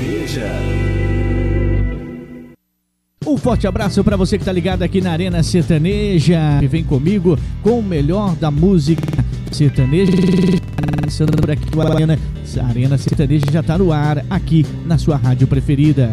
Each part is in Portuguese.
Sertaneja. Um forte abraço para você que tá ligado aqui na Arena Sertaneja. E vem comigo com o melhor da música sertaneja. Por aqui, a Arena Sertaneja já tá no ar aqui na sua rádio preferida.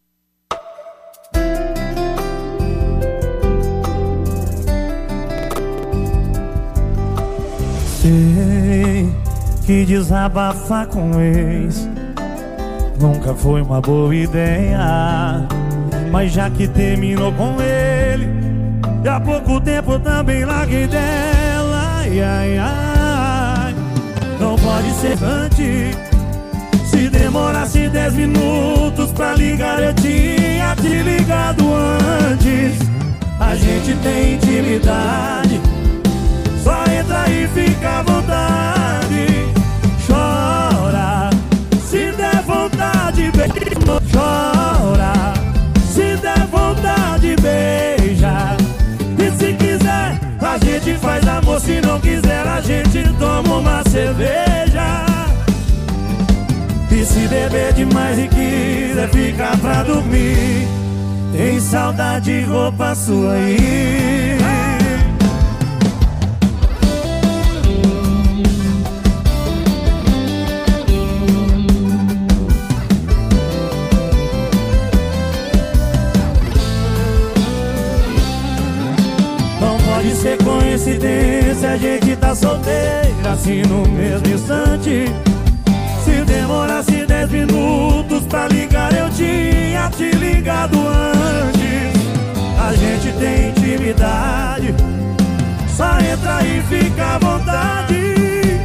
Sei que desabafar com ex nunca foi uma boa ideia, mas já que terminou com ele, e há pouco tempo também larguei dela. Ai, ai, ai, não pode ser antes. Se demorasse 10 minutos pra ligar, eu tinha te ligado antes. A gente tem intimidade, só entra e fica à vontade. Chora, se der vontade, beija. Chora, se der vontade, beija. E se quiser, a gente faz amor. Se não quiser, a gente toma uma cerveja. E se beber demais e quiser ficar pra dormir, tem saudade, roupa sua aí. Pode ser coincidência, a gente tá solteira assim no mesmo instante. Se demorasse 10 minutos pra ligar, eu tinha te ligado antes. A gente tem intimidade, só entra e fica à vontade.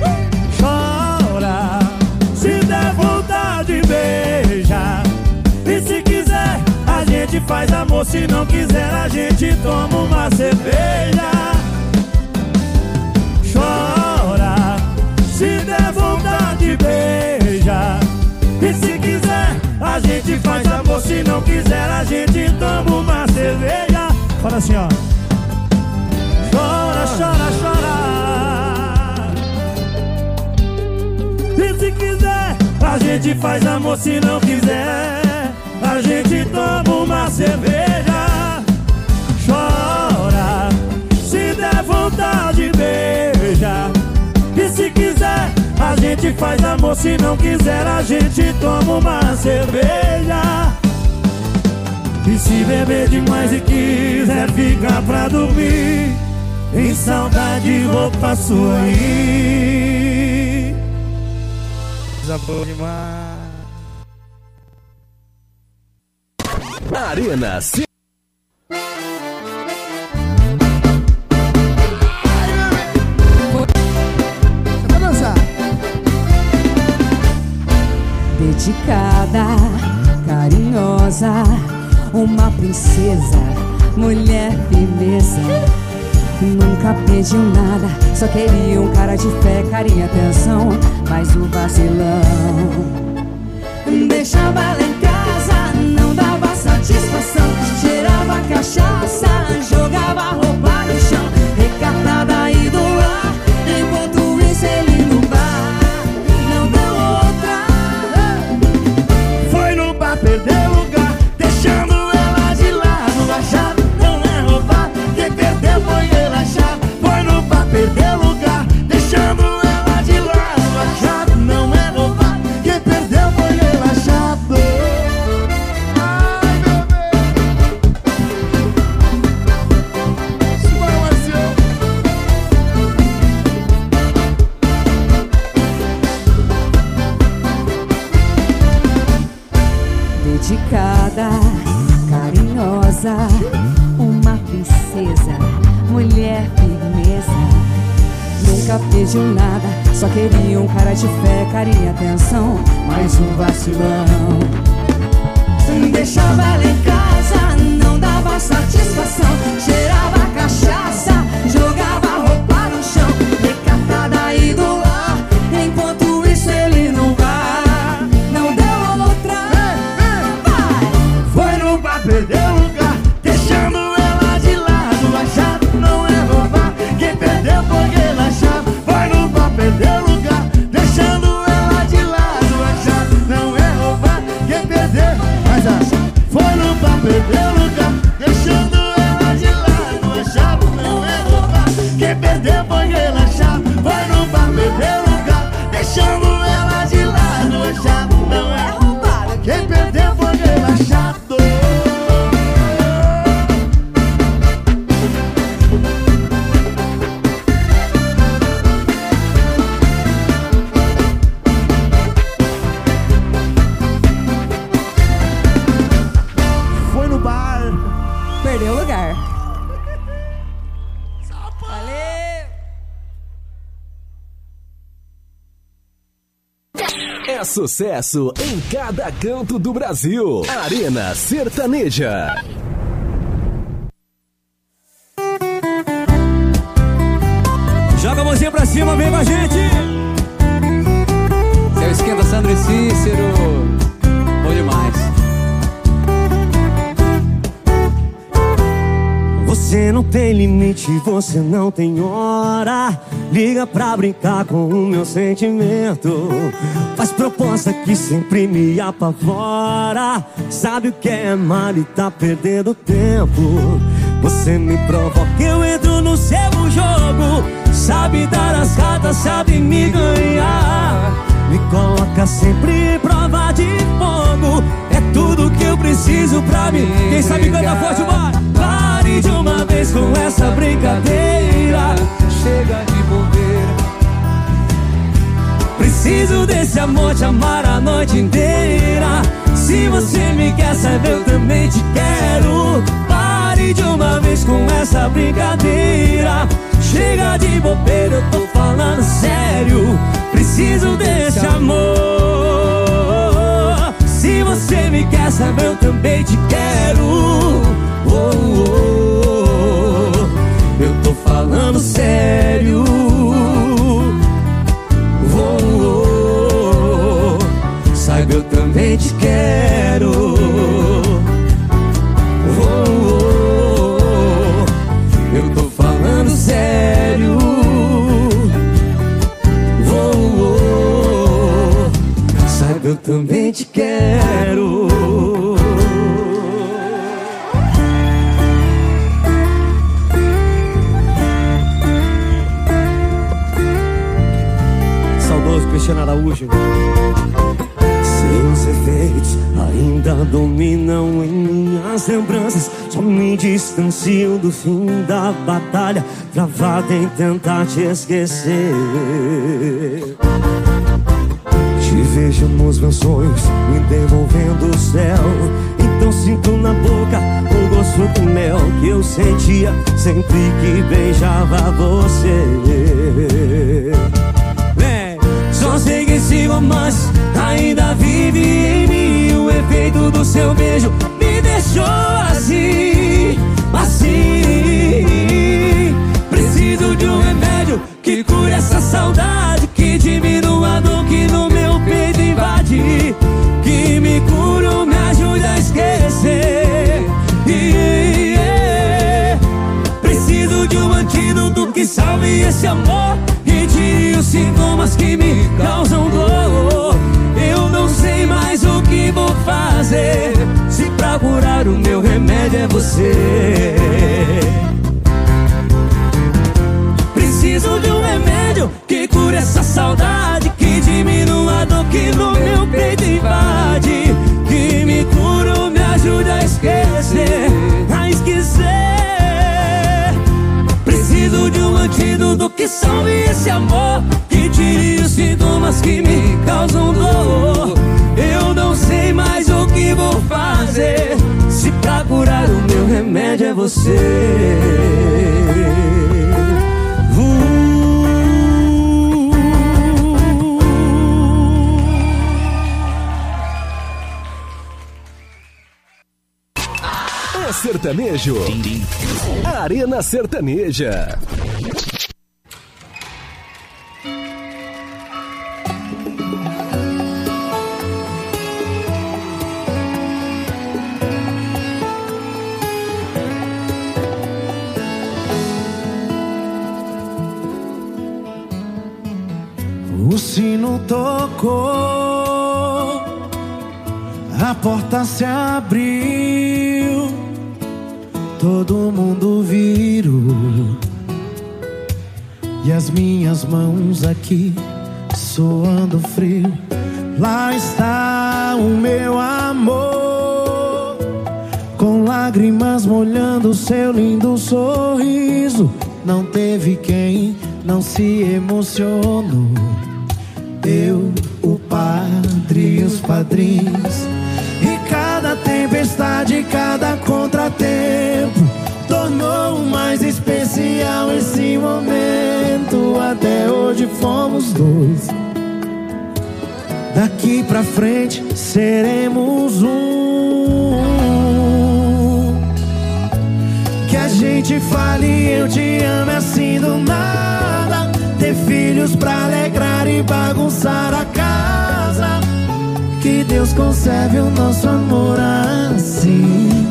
Chora, se der vontade, beija. E se quiser, a gente faz amor. Se não quiser, a gente toma uma cerveja. Chora, se der vontade, beija. E se quiser, a gente faz amor. Se não quiser, a gente toma uma cerveja. Fala assim, ó. Chora, chora, chora. E se quiser, a gente faz amor. Se não quiser, a gente toma uma cerveja. Chora, se der vontade, beija. E se quiser, a gente faz amor. Se não quiser, a gente toma uma cerveja. E se beber demais e quiser ficar pra dormir, em saudade, roupa sua aí. Desabou demais. Arena C. Dedicada, carinhosa, uma princesa, mulher firmeza. Nunca pediu nada, só queria um cara de fé, carinho e atenção. Mas o vacilão deixava ela em casa, não dava satisfação. Cheirava cachaça, jogava roupa no chão. Recatada e do ar, enquanto isso ele no bar não deu outra. Foi no bar, perdeu lugar, deixando ela de lado. Achado não é roubar, quem perdeu foi ele achado. Foi no bar, perdeu lugar, deixando ela de lado. Achado não é roubar, quem perdeu foi ele achado. Ai, meu Deus. Simbora, Marcião. Dedicada, carinhosa, uma princesa, mulher firmeza. Nunca pediu nada, só queria um cara de fé, carinho e atenção. Mas um vacilão deixava ela em casa, não dava satisfação. Cheirava cachaça, jogava roupa no chão. Recatada e do lar, enquanto isso ele não vai, não deu outra. Foi no bar, perdeu lugar, deixando ela de lado. Achado não é roubar, quem perdeu foi ele achado. Foi no bar, perdeu lugar, deixando ela de lado. Achado não é roubar, quem perdeu perdeu foi relaxar, foi no bar beber lugar, deixando ela de lado. É chato, não é roubado. Quem perdeu foi relaxado. Foi no bar, Perdeu o lugar. Valeu! É sucesso em cada canto do Brasil. Arena Sertaneja. Joga a mãozinha pra cima, vem com a gente. Seu esquenta, Sandro e Cícero. Bom demais. você não tem limite, você não tem hora. Liga pra brincar com o meu sentimento. Faz proposta que sempre me apavora. Sabe o que é mal e tá perdendo tempo. Você me provoca, eu entro no seu jogo. Sabe dar as cartas, sabe me ganhar. Me coloca sempre em prova de fogo. É tudo que eu preciso pra mim. Quem sabe canta forte, vai. Pare de uma vez com essa brincadeira. Chega de bobeira. Preciso desse amor, te amar a noite inteira. Se você me quer, sabe, eu também te quero. Pare de uma vez com essa brincadeira. Chega de bobeira, eu tô falando sério. Preciso desse amor. Se você me quer, sabe, eu também te quero. Oh, oh, oh. Eu tô falando sério. Oh, oh, oh. Saiba, eu também te quero. Oh, oh, oh. Eu tô falando sério. Oh, oh, oh. Saiba, eu também te quero. Cristiano Araújo. Seus efeitos ainda dominam em minhas lembranças. Só me distancio do fim da batalha, travado em tentar te esquecer. Te vejo nos meus sonhos, me devolvendo o céu. Então sinto na boca o gosto do mel que eu sentia sempre que beijava você. Só sei que esse romance ainda vive em mim. O efeito do seu beijo me deixou assim, assim. Preciso de um remédio que cure essa saudade, que diminua a dor que no meu peito invade, que me cura, me ajuda a esquecer. Preciso de um antídoto que salve esse amor e tire os sintomas que me causam dor. Eu não sei mais o que vou fazer, se pra curar o meu remédio é você. Preciso de um remédio que cure essa saudade, que diminua a dor que no meu peito invade, que me cura, me ajuda a esquecer, a esquecer. Preciso de um antídoto que salve esse amor, que tire os sintomas que me causam dor. Eu não sei mais o que vou fazer, se pra curar o meu remédio é você. É sertanejo. Arena Sertaneja. O sino tocou, a porta se abriu, todo mundo virou. E as minhas mãos aqui suando frio. Lá está o meu amor, com lágrimas molhando seu lindo sorriso. Não teve quem não se emocionou. Eu, o padre e os padrinhos. E cada tempestade, cada contratempo tornou mais especial esse momento. Até hoje fomos dois. Daqui pra frente seremos um. Que a gente fale eu te amo assim do nada. Ter filhos pra alegrar e bagunçar a casa. Que Deus conserve o nosso amor assim,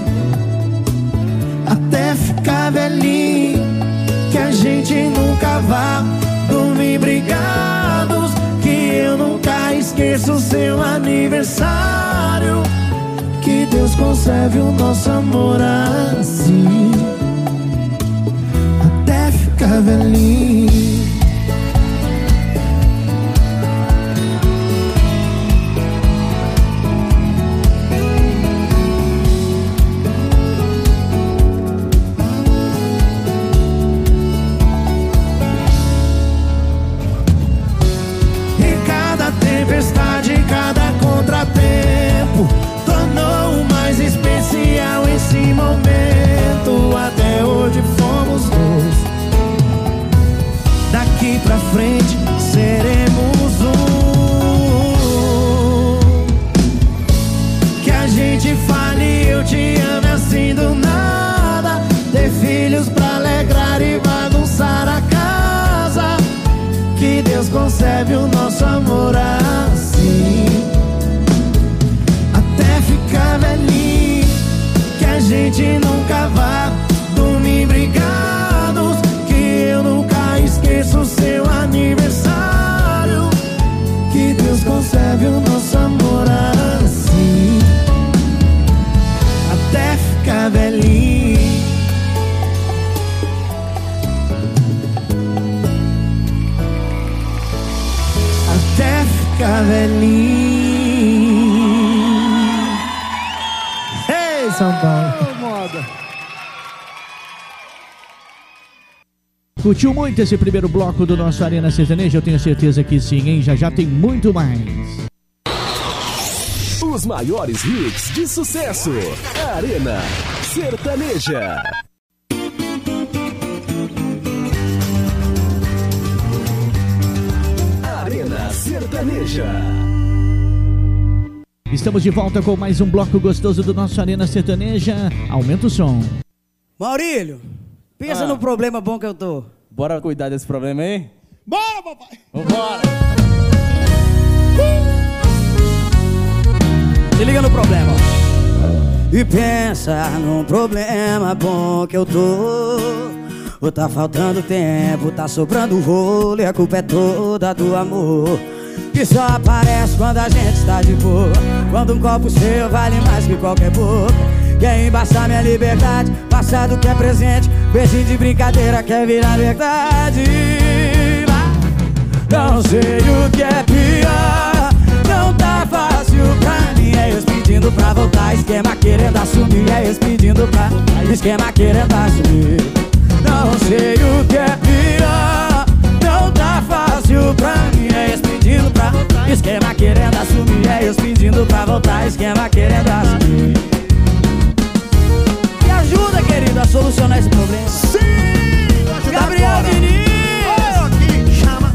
até ficar velhinho. Que a gente nunca vá dormir brigados. Que eu nunca esqueça o seu aniversário. Que Deus conserve o nosso amor assim, até ficar velhinho. Cada contratempo tornou mais especial esse momento. Até hoje fomos dois. Daqui pra frente seremos um. Que a gente fale eu te amo assim do nada. Ter filhos pra alegrar e bagunçar a casa. Que Deus conserve o nosso amor assim, até ficar velhinho. Que a gente nunca vá dormir brigados. Que eu nunca esqueça o seu aniversário. Que Deus conserve o nosso amor assim, até ficar velhinho. Até ficar velhinho. Ei, São Paulo. Curtiu muito esse primeiro bloco do nosso Arena Sertaneja? Eu tenho certeza que sim, hein? Já já tem muito mais. Os maiores hits de sucesso. Arena Sertaneja. Arena Sertaneja. Estamos de volta com mais um bloco gostoso do nosso Arena Sertaneja. Aumenta o som. Maurílio, pensa no problema bom que eu tô. Bora cuidar desse problema aí? Bora, papai! Vambora! Se liga no problema. E pensa num problema bom que eu tô. Ou tá faltando tempo, tá sobrando rolo. E a culpa é toda do amor, que só aparece quando a gente está de boa. Quando um copo seu vale mais que qualquer boca. Quer embaçar minha liberdade, passado que é presente. Beijinho de brincadeira quer virar verdade. Não sei o que é pior. Não tá fácil pra mim. É eles pedindo pra voltar, esquema querendo assumir. É eles pedindo pra esquema querendo assumir. Não sei o que é pior. Não tá fácil pra mim. É eles pedindo pra esquema querendo assumir. É eles pedindo pra voltar, esquema querendo assumir. Me ajuda, querido, a solucionar esse problema. Sim! Gabriel Diniz! Aqui, chama.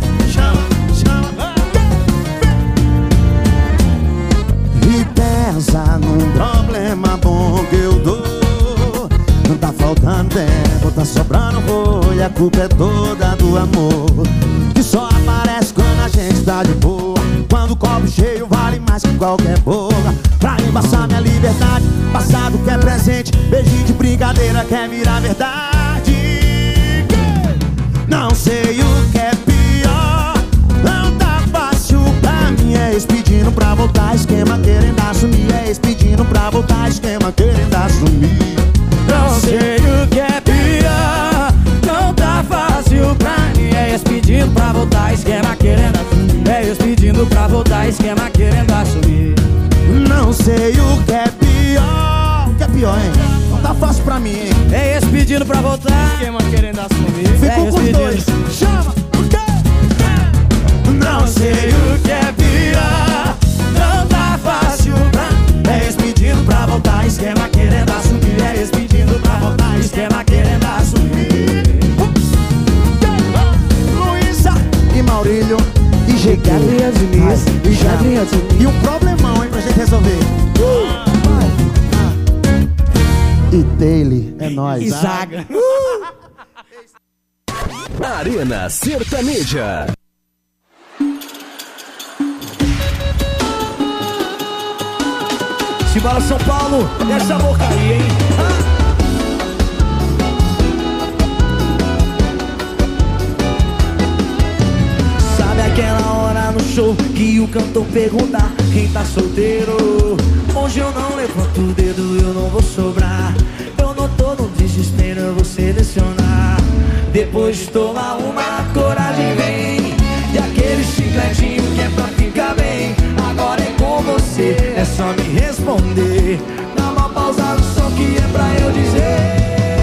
E pensa num problema bom que eu dou. Não tá faltando tempo, tá sobrando rolo. E a culpa é toda do amor, que só aparece quando a gente tá de boa. Quando o copo cheio vale mais que qualquer boca. Pra embaçar minha liberdade, passado que é presente. Beijinho de brincadeira quer virar verdade. Não sei o que é pior. Não tá fácil pra mim. É eles pedindo pra voltar, esquema querendo assumir. É eles pedindo pra voltar, esquema querendo assumir. Não sei o que é pior. Não tá fácil pra mim. É eles pedindo pra voltar, esquema querendo assumir. É ex pedindo pra voltar, esquema querendo assumir. Não sei o que é pior. O que é pior, hein? Não tá fácil pra mim, hein? É ex pedindo pra voltar, esquema querendo assumir. Ficou com os dois. Chama! O quê? Não sei o que é pior. Não tá fácil pra mim. É ex pedindo pra voltar, esquema querendo assumir. É ex pedindo pra voltar, esquema querendo assumir. Luísa e Maurílio e GQ Gabriel Diniz e Gabriel Diniz. E um problemão, hein, pra gente resolver. E Daily, é nóis. E Zaga. Arena Sertaneja. Simbora São Paulo, essa boca aí, hein? Sabe aquela hora no show que o cantor pergunta quem tá solteiro? Hoje eu não levanto o dedo, eu não vou sobrar. Eu não tô no desespero, eu vou selecionar. Depois de tomar uma, a coragem vem. E aquele chicletinho que é pra ficar bem. Agora é com você, é só me responder. Dá uma pausa no som que é pra eu dizer.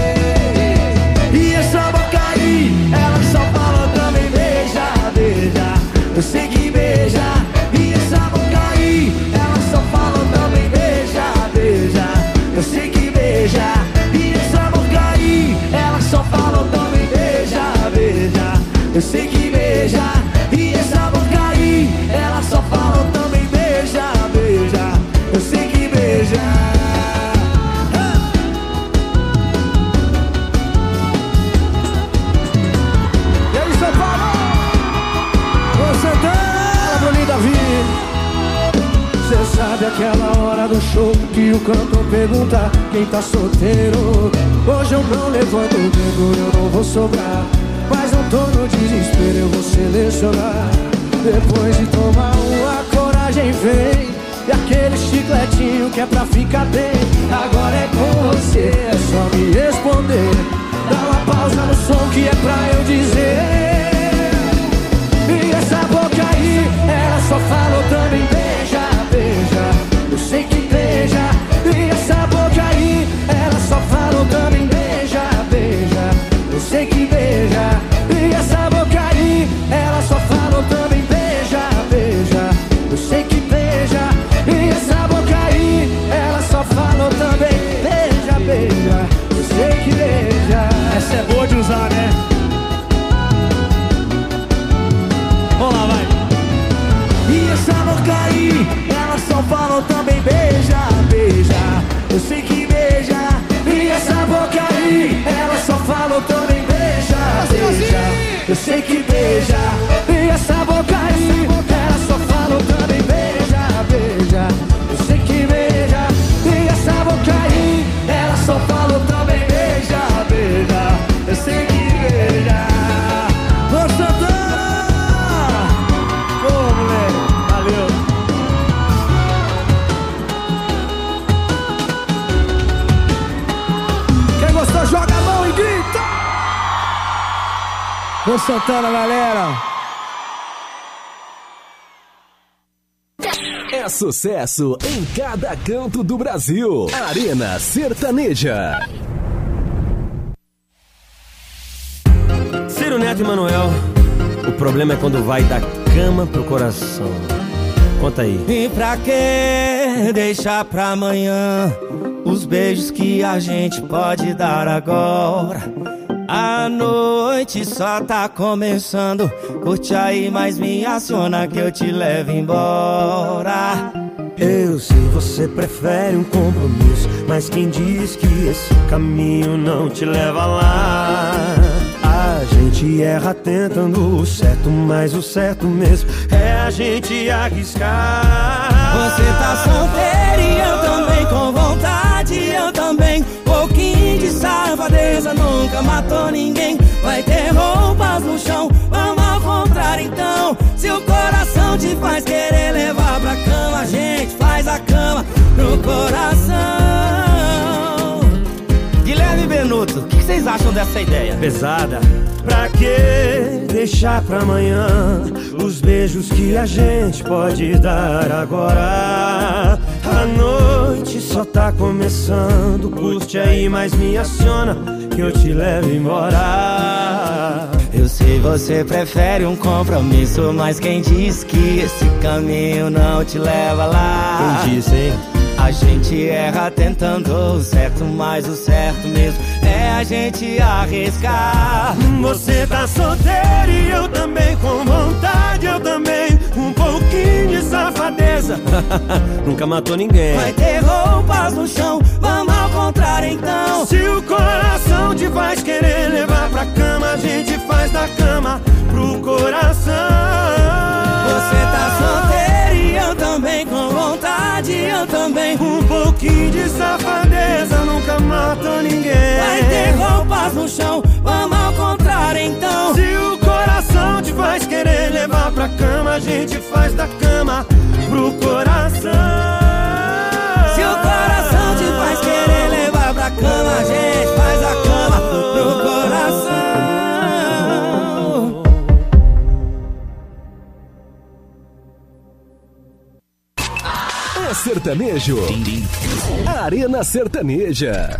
E essa boca aí, ela só fala também beija, beija. Eu sei que beija. E essa boca aí, ela só fala também beija, beija. Eu sei que beija. E essa boca aí, ela só fala também beija, beija. Eu sei que beija. E essa boca aí, ela só fala também beija, beija. Eu sei que beija. E aí, São Paulo? Você tá, Bruninho Davi. Cê sabe aquela hora do show que o cantor pergunta quem tá solteiro? Hoje eu não levanto o dedo, eu não vou sobrar. Mas não tô no desespero, eu vou selecionar. Depois de tomar uma, a coragem vem. E aquele chicletinho que é pra ficar bem. Agora é com você, é só me responder. Dá uma pausa no som que é pra eu dizer. E essa boca aí, ela só falou também beija, beija. Eu sei que beija. E essa boca aí, ela só falou também beija, beija. Eu sei que beija. E essa boca aí, ela só falou também beija, beija. Eu sei que beija. E essa boca aí, ela só falou também beija, beija. Eu sei que beija. Essa é boa de usar, né? Vamos lá, vai. E essa boca aí, ela só falou também beija, beija. Eu sei que beija. E essa boca aí, ela só falou também beija, beija. Eu sei que beija. E essa boca aí, ela só falou também beija, beija. Eu sei que beija. E essa boca aí, ela só falou também beija, beija. Eu sei que beija. Ô Santana! Ô moleque, valeu. Quem gostou, joga a mão e grita! Ô Santana, galera! É sucesso em cada canto do Brasil. Arena Sertaneja. Ciro Neto e Manuel, o problema é quando vai da cama pro coração. Conta aí. E pra que deixar pra amanhã os beijos que a gente pode dar agora? A noite só tá começando. Curte aí, mas me aciona que eu te levo embora. Eu sei, você prefere um compromisso, mas quem diz que esse caminho não te leva lá? A gente erra tentando o certo, mas o certo mesmo é a gente arriscar. Você tá solteira e eu também com vontade, eu também. Pouquinho de safadeza nunca matou ninguém. Vai ter roupas no chão, vamos ao contrário então. Se o coração te faz querer levar pra cama, a gente faz a cama pro coração. Guilherme Benuto, o que vocês acham? acham dessa ideia? Pesada. Pra que deixar pra amanhã os beijos que a gente pode dar agora? A noite só tá começando. Curte aí, mas me aciona que eu te levo embora. Eu sei, você prefere um compromisso, mas quem diz que esse caminho não te leva lá? Quem disse, hein? A gente erra tentando o certo, mas o certo mesmo é a gente arriscar. Você tá solteiro e eu também com vontade, eu também um pouquinho de safadeza. Nunca matou ninguém. Vai ter roupas no chão, vamos ao contrário então. Se o coração te faz querer levar pra cama, a gente faz da cama pro coração. Você tá solteiro e eu também com vontade, eu também um pouquinho de safadeza, nunca matou ninguém. Vai ter roupas no chão, vamos ao contrário então. Se o coração te faz querer levar pra cama, a gente faz da cama pro coração. Se o coração te faz querer levar pra cama, a gente faz a cama pro coração. É sertanejo. Arena Sertaneja.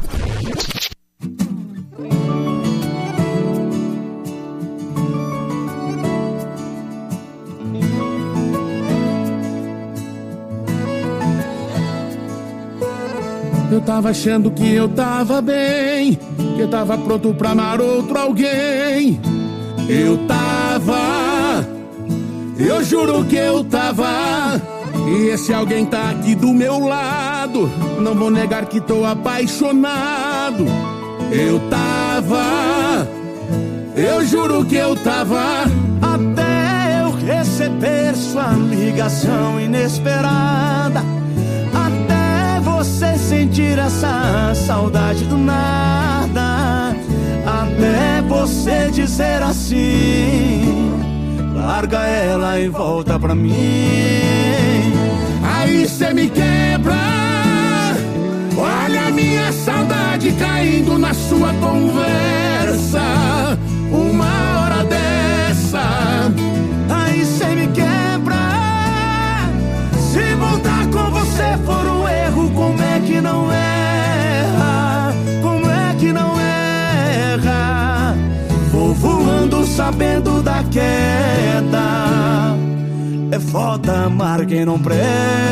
Eu tava achando que eu tava bem, que eu tava pronto pra amar outro alguém. Eu juro que eu tava. E esse alguém tá aqui do meu lado. Não vou negar que tô apaixonado. Eu juro que eu tava. Até eu receber sua ligação inesperada, até você sentir essa saudade do nada, até você dizer assim: larga ela e volta pra mim. Aí cê me quebra. Olha a minha saudade caindo na sua conversa. Uma hora dessa. Aí cê me quebra. Se voltar com você for um erro, como é que não erra? Como é que não erra? Vou voando sabendo da queda. É foda amar quem não presta.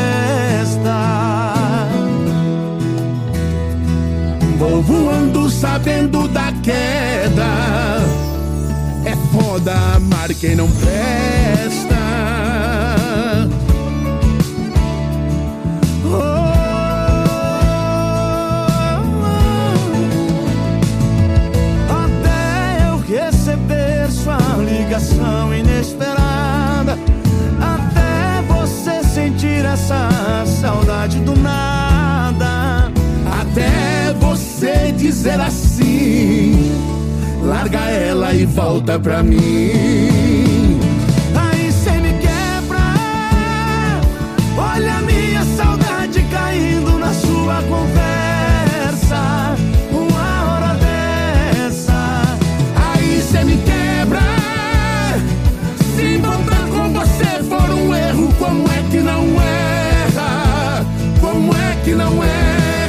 Vou voando sabendo da queda. É foda amar quem não presta. Até eu receber sua ligação inesperada, até você sentir essa saudade do nada, até você dizer assim: larga ela e volta pra mim. Aí cê me quebra. Olha a minha saudade caindo na sua conversa. Uma hora dessa. Aí cê me quebra. Se voltar com você for um erro, como é que não erra? Como é que não erra?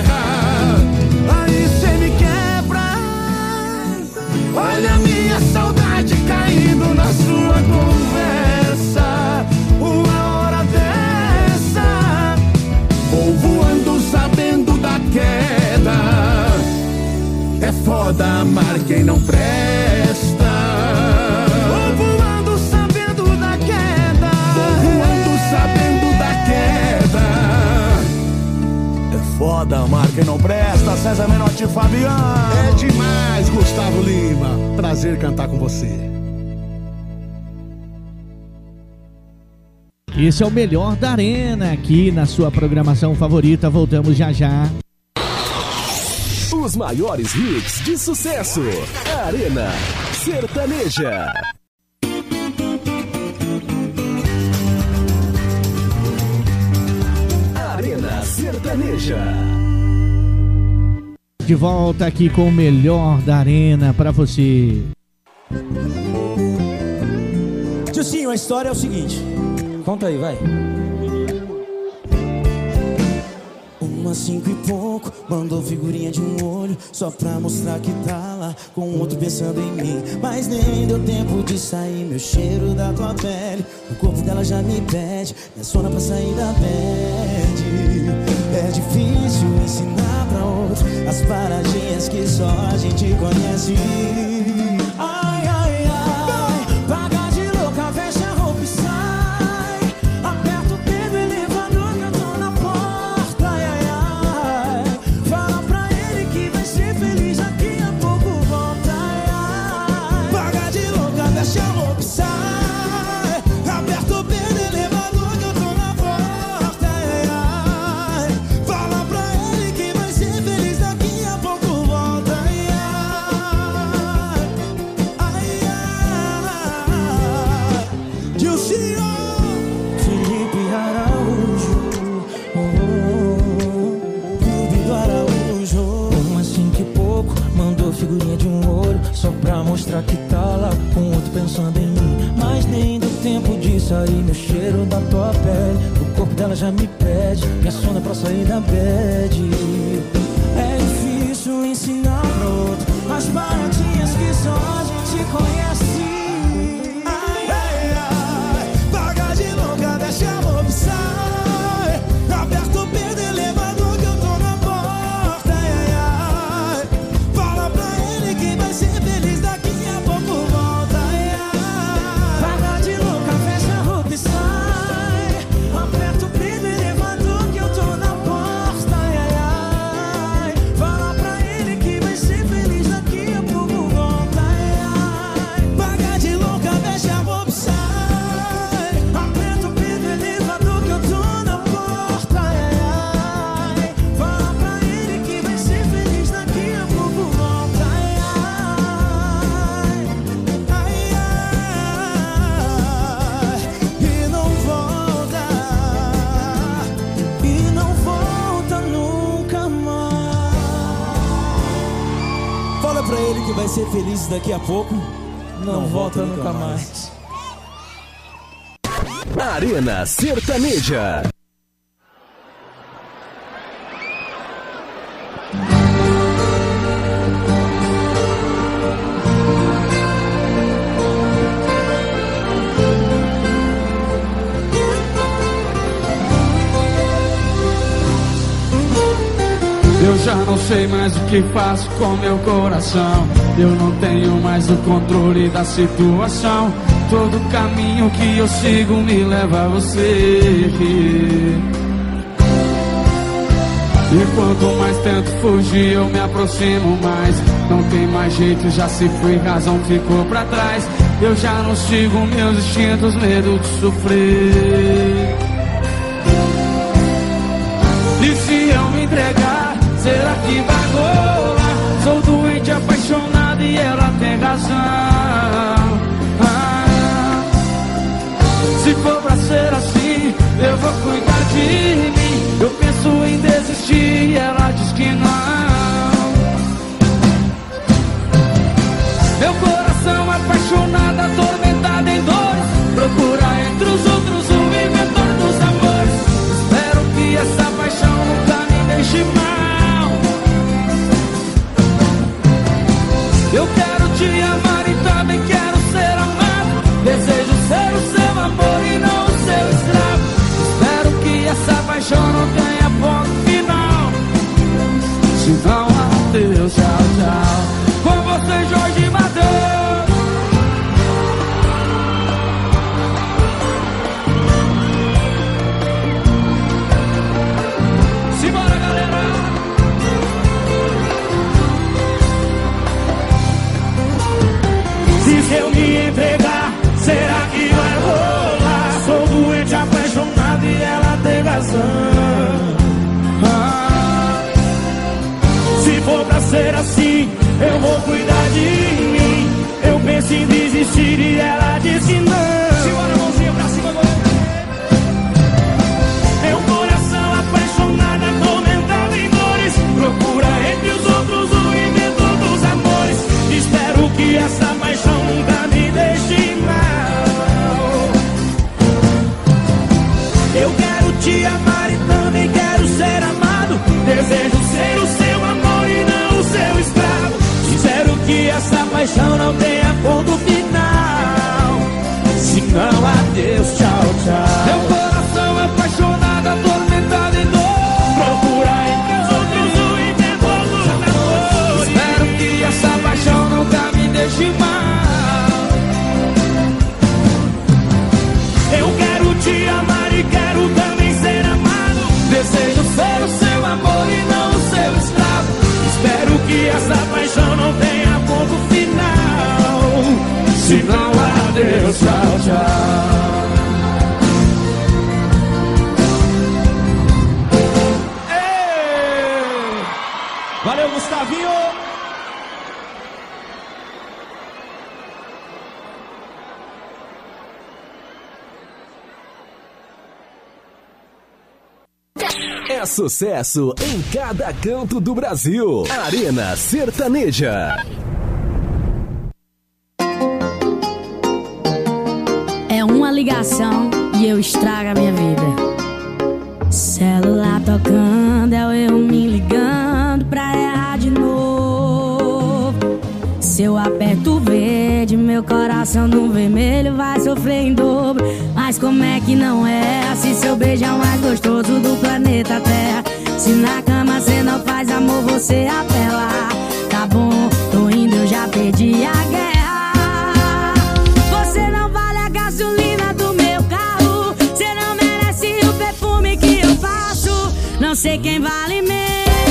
Olha a minha saudade caindo na sua conversa. Uma hora dessa. Vou voando sabendo da queda. É foda amar quem não presta. Vou voando sabendo da queda. Vou voando sabendo da queda. É foda amar quem não presta. César Menotti e Fabiano. É demais, Gustavo Lima. Prazer cantar com você. Esse é o melhor da Arena aqui na sua programação favorita. Voltamos já já. Os maiores hits de sucesso. Arena Sertaneja. Arena Sertaneja. de volta aqui com o melhor da Arena pra você. Dilcinho, a história é o seguinte. Conta aí, vai. Umas 5 e pouco, mandou figurinha de um olho só pra mostrar que tá lá com o outro pensando em mim. Mas nem deu tempo de sair meu cheiro da tua pele. O corpo dela já me pede, minha sono pra sair da bed. É difícil ensinar pra outro as paradinhas que só a gente conhece. Ai, ai, ai, paga de louca, fecha a roupa e sai. Aperta o dedo, elevador que eu tô na porta. Ai, ai, ai, fala pra ele que vai ser feliz, daqui a pouco volta. Ai, ai, paga de louca, fecha a roupa e sai. Aperta o dedo, elevador que eu tô na porta. Ai, ai, fala pra ele que vai ser feliz, daqui a pouco volta. Ai, ai, ai, Dilcinho, Felipe Araújo, Clube do Araújo. Umas 5 e pouco, mandou figurinha de um olho só pra mostrar que tá lá com o outro pensando em mim. Mas nem deu tempo de sair meu cheiro da tua pele. O corpo dela já me pede, minha sono é pra sair da bed. É difícil ensinar pra outro as paradinhas que só a gente conhece. Ai, ai, ai, paga de louca, deixa a roupa e sai. Aperta o pé do elevador que eu tô na porta. Ai, ai, ai, fala pra ele que vai ser feliz, daqui a pouco volta. Ai, ai, paga de louca, fecha a roupa e sai. Aperta o pé do elevador que eu tô na porta. Ai, ai, ai, fala pra ele que vai ser feliz, daqui a pouco volta. Ai, ai, paga de louca, fecha a roupa e sai. Aperta o pé do elevador que eu tô na porta. Ai, ai, fala pra ele que vai ser feliz, daqui a pouco volta. Ai, ai, e não volta, e não volta nunca mais. Fala pra ele que vai ser feliz daqui a pouco. Não volta nunca mais. Arena Sertaneja. Eu já não sei mais o que faço com meu coração. Eu não tenho mais o controle da situação. Todo caminho que eu sigo me leva a você. E quanto mais tento fugir, eu me aproximo mais. Não tem mais jeito, já se foi, razão ficou pra trás. Eu já não sigo meus instintos, medo de sofrer. E se eu me entregar, será que vai rolar? Sou doente, apaixonado e ela tem razão. Se for pra ser assim, eu vou cuidar de mim. Eu penso em desistir e ela diz que não. Meu coração apaixonado, atormentado em dores, procura entre os outros o inventor dos amores. Espero que essa paixão nunca me deixe mal. Eu quero te amar e também quero ser amado. Desejo ser o seu amor e não o seu escravo. Espero que essa paixão não tenha ponto final. Se não, adeus, tchau, tchau. Com você, Jorge Matheus. Simbora, galera. Se eu me entregar, será que vai rolar? Sou doente, apaixonado e ela tem razão. Se for pra ser assim, eu vou cuidar de mim. Eu penso em desistir e ela disse não. Segura a mãozinha pra cima, meu coração apaixonado, atormentado em dores, procura entre os outros não, adeus, tchau, tchau. Meu coração é apaixonado, atormentado e dor. Procura entre os outros o intervalo da dor. Espero que essa paixão nunca me deixe mal. Eu quero te amar e quero também ser amado. Desejo ser o seu amor e não o seu escravo. Espero que essa paixão não tenha ponto final. Se não, adeus, tchau, tchau. Ei! Valeu, Gustavinho! É sucesso em cada canto do Brasil. Arena Sertaneja. É uma ligação e eu estrago a minha vida. Celular tocando, é eu me ligando pra errar de novo. Se eu aperto o verde, meu coração no vermelho vai sofrer em dobro. Mas como é que não é? Se seu beijo é o mais gostoso do planeta Terra. Se na cama cê não faz amor, você apela. Tá bom, tô indo, eu já perdi a guerra. Você não vale a gasolina do meu carro. Você não merece o perfume que eu faço. Não sei quem vale menos.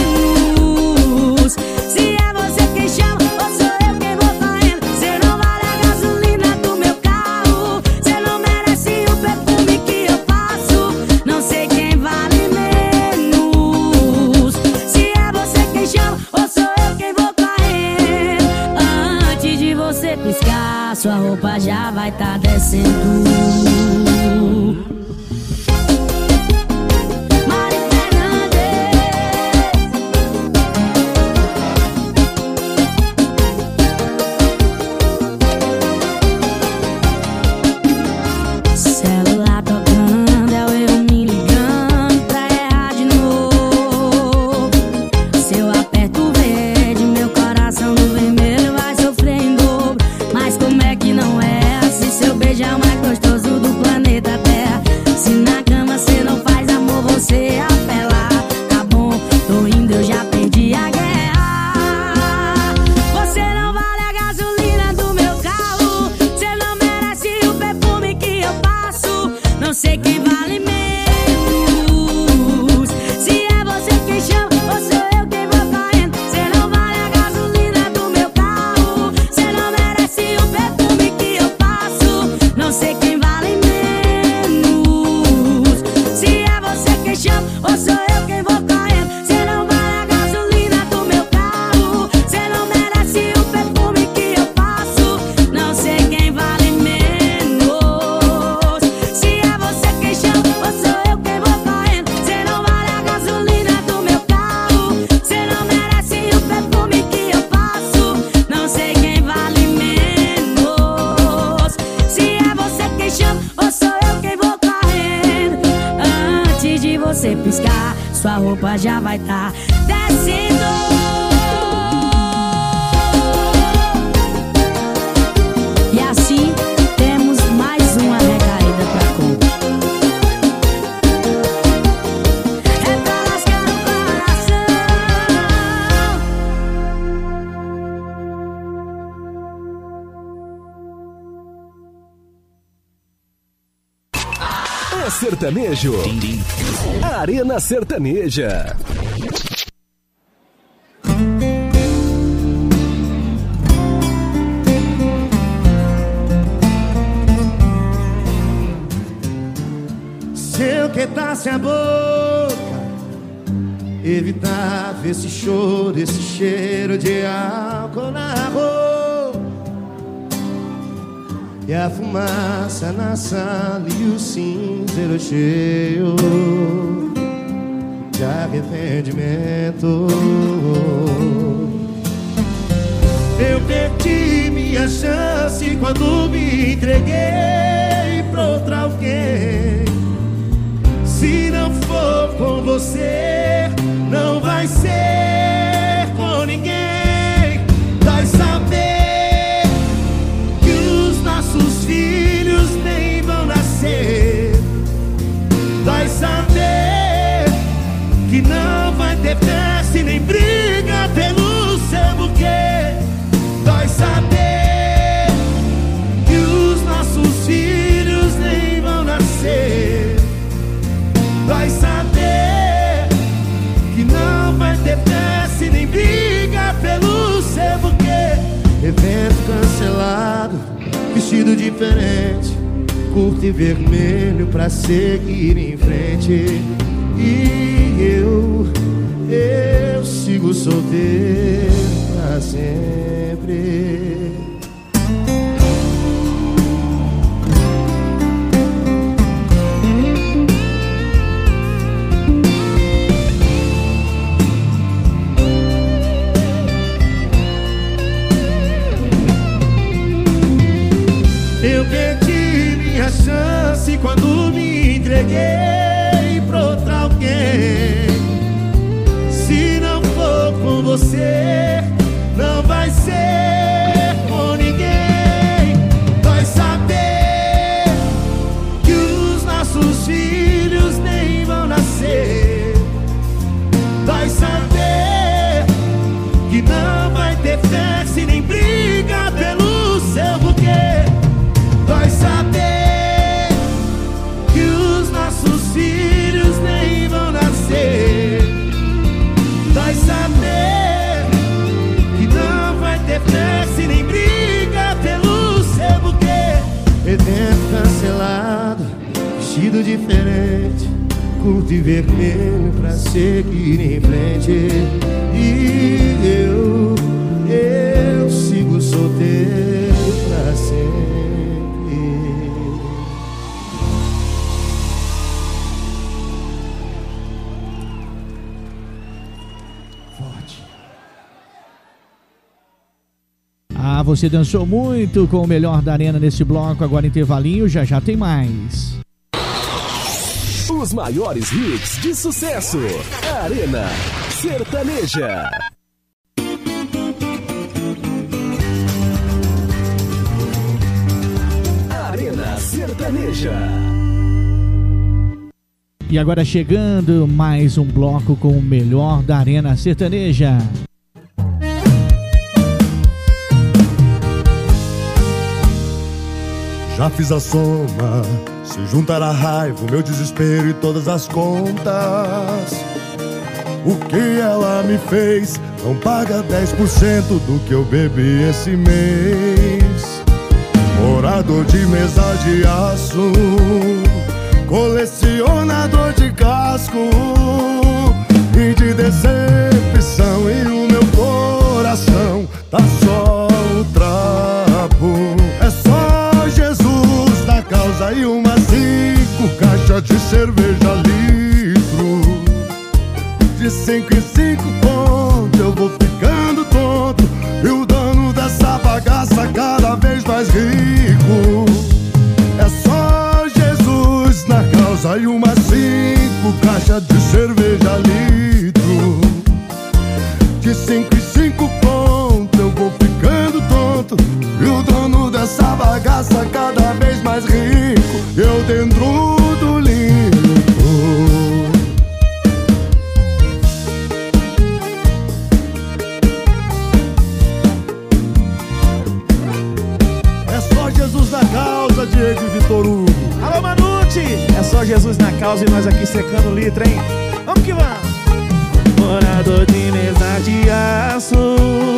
Se é você quem chama ou sou eu quem vou correndo. Você não vale a gasolina do meu carro. Você não merece o perfume que eu passo. Não sei quem vale menos. Se é você quem chama ou sou eu quem vou correndo. Antes de você piscar, sua roupa já vai tá descendo. você piscar, sua roupa já vai tá descendo. E assim temos mais uma recaída pra conta. É pra lascar o coração. É sertanejo. Arena Sertaneja. Se eu quedasse a boca, evitava esse choro, esse cheiro de álcool na roupa, e a fumaça na sala e o cinzeiro cheio de arrependimento. Eu perdi minha chance quando me entreguei pra outra alguém. Se não for com você, não vai ser com ninguém. Vai saber que os nossos filhos nem vestido diferente, curto e vermelho pra seguir em frente. E eu sigo solteiro pra sempre. Eu perdi minha chance quando me entreguei pra outra alguém. Se não for com você, não vai ser com ninguém. Vai saber que os nossos filhos nem vão nascer. Vai saber que não vai ter festa e nem briga pelo seu buquê. Vai saber que os nossos filhos nem vão nascer. Vai saber que não vai ter festa e nem briga pelo seu buquê. Evento cancelado, vestido diferente, curto e vermelho pra seguir em frente. E eu sigo solteiro pra sempre. Ah, você dançou muito com o melhor da arena nesse bloco. Agora intervalinho, já tem mais. Os maiores hits de sucesso. Arena Sertaneja. Arena Sertaneja. E agora chegando mais um bloco com o melhor da Arena Sertaneja. Já fiz a soma, se juntar a raiva, o meu desespero e todas as contas. O que ela me fez não paga 10% do que eu bebi esse mês. Morador de mesa de aço, colecionador de casco e de decepção. E o meu coração tá só o trapo. É só Jesus na causa e umas 5 caixas de cerveja litro. De 5 em 5 pontos eu vou ficando tonto, e o dono dessa bagaça cada vez mais rico. É só Jesus na causa e umas 5 caixas de cerveja litro. De 5 em 5 pontos eu vou ficando tonto, e o dono dessa bagaça cada vez mais rico. Eu dentro do limpo. Jesus na causa, Diego e Vitor Hugo. Alô, Manute! É só Jesus na causa e nós aqui secando litro, hein? Vamos que vamos! Morador de mesa de aço,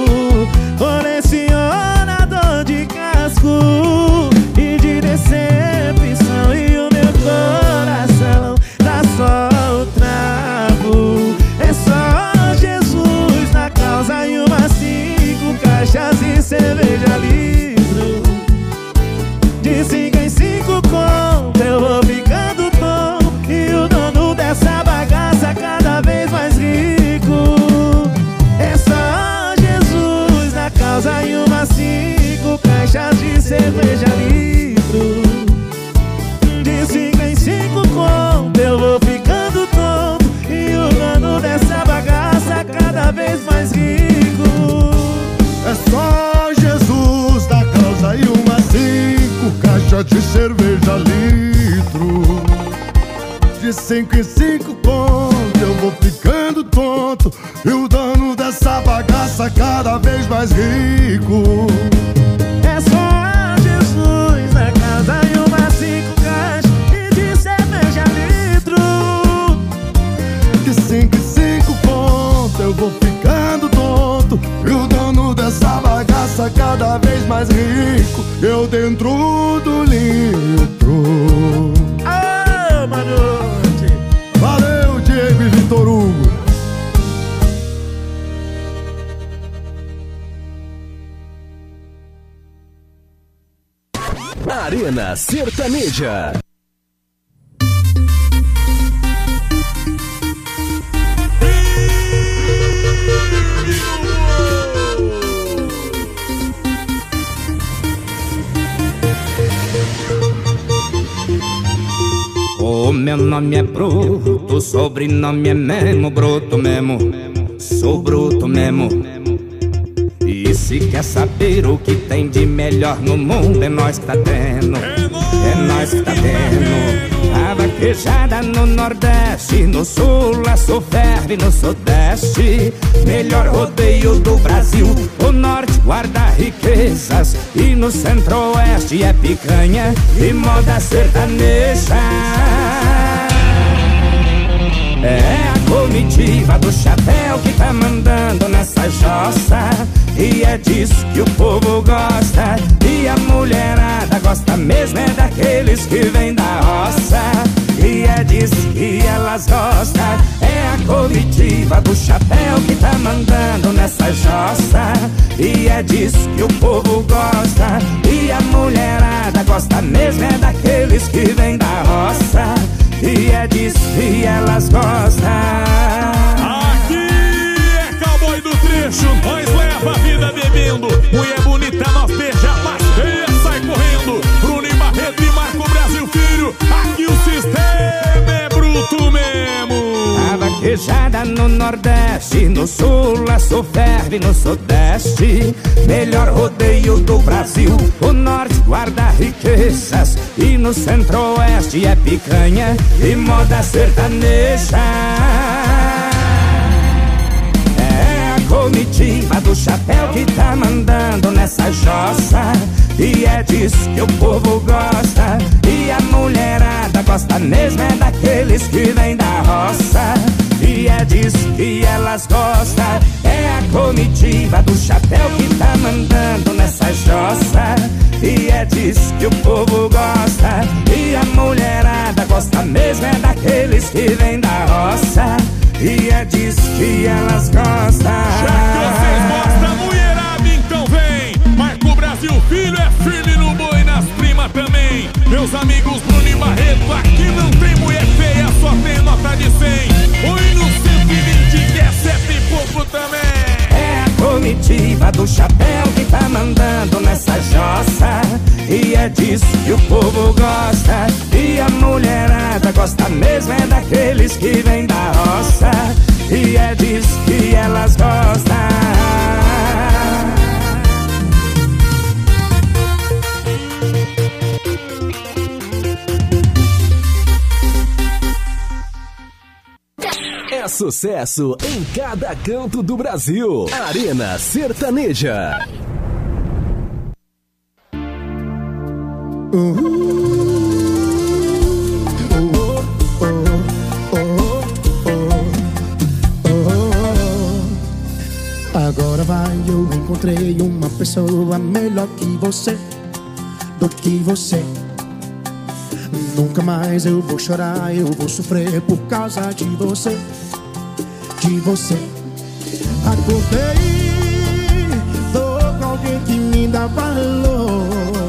colecionador de casco e de decepção, e o meu coração tá só o travo. É só Jesus na causa e umas 5 caixas de cerveja litro. De 5 em 5 conto eu vou ficando tonto, e o dono dessa bagaça cada vez mais rico. É só Jesus na causa e umas 5 caixas de cerveja litro. De 5 em 5 conto eu vou ficando tonto, e o dono dessa bagaça cada vez mais rico. É só Jesus na causa e umas 5 caixas de cerveja litro. De 5 em 5 pontos eu vou ficando tonto, e o dono dessa bagaça cada vez mais rico. É só Jesus na casa e umas 5 caixas de cerveja litro. De 5 em 5 pontos eu vou ficando tonto, e o dono dessa bagaça cada vez mais rico. Eu dentro Arena Sertaneja. O meu nome é Bruto, sobrenome é mesmo Bruto mesmo. Sou bruto mesmo. E se quer saber o que tem de melhor no mundo, é nós que tá tendo. É nós que tá tendo. A vaquejada no Nordeste, no Sul a Sul ferve, no Sudeste. Melhor rodeio do Brasil. O Norte guarda riquezas e no Centro-Oeste é picanha e moda sertaneja. É a comitiva do chapéu que tá mandando nessa jossa, e é disso que o povo gosta. E a mulherada gosta mesmo é daqueles que vêm da roça, e é disso que elas gostam. É a comitiva do chapéu que tá mandando nessa jossa, e é disso que o povo gosta. E a mulherada gosta mesmo é daqueles que vêm da roça, e é disso que elas gostam. Aqui é cowboy do trecho, nós leva a vida bebendo. Mulher bonita, nós beija, lasteia, sai correndo. Bruno e Barreto e Marco Brasil Filho, aqui o sistema é bruto mesmo. A vaquejada no Nordeste, no Sul a Sul ferve, no Sudeste. Melhor rodeio do Brasil. O Norte guarda riquezas e no Centro-Oeste é picanha e moda sertaneja. É a comitiva do chapéu que tá mandando nessa jossa, e é disso que o povo gosta. E a mulherada gosta mesmo é daqueles que vêm da roça, e é disso que elas gostam. É a comitiva do chapéu que tá mandando nessa jossa, e é disso que o povo gosta. E a mulherada gosta mesmo é daqueles que vêm da roça, e é disso que elas gostam. Já que vocês gostam, mulherada, então vem. Marco Brasil Filho é firme no boi, nas primas também. Meus amigos Bruno e Barreto, aqui não tem mulher feia, só tem nota de 100. Oi no 120 que é 7 e pouco também. É a comitiva do chapéu que tá mandando nessa jossa, e é disso que o povo gosta. E a mulherada gosta mesmo é daqueles que vêm da roça, e é disso que elas gostam. É sucesso em cada canto do Brasil. Arena Sertaneja. Agora vai, eu encontrei uma pessoa melhor que você, do que você. Nunca mais eu vou chorar, eu vou sofrer por causa de você, de você. Acordei, tô com alguém que me dá valor.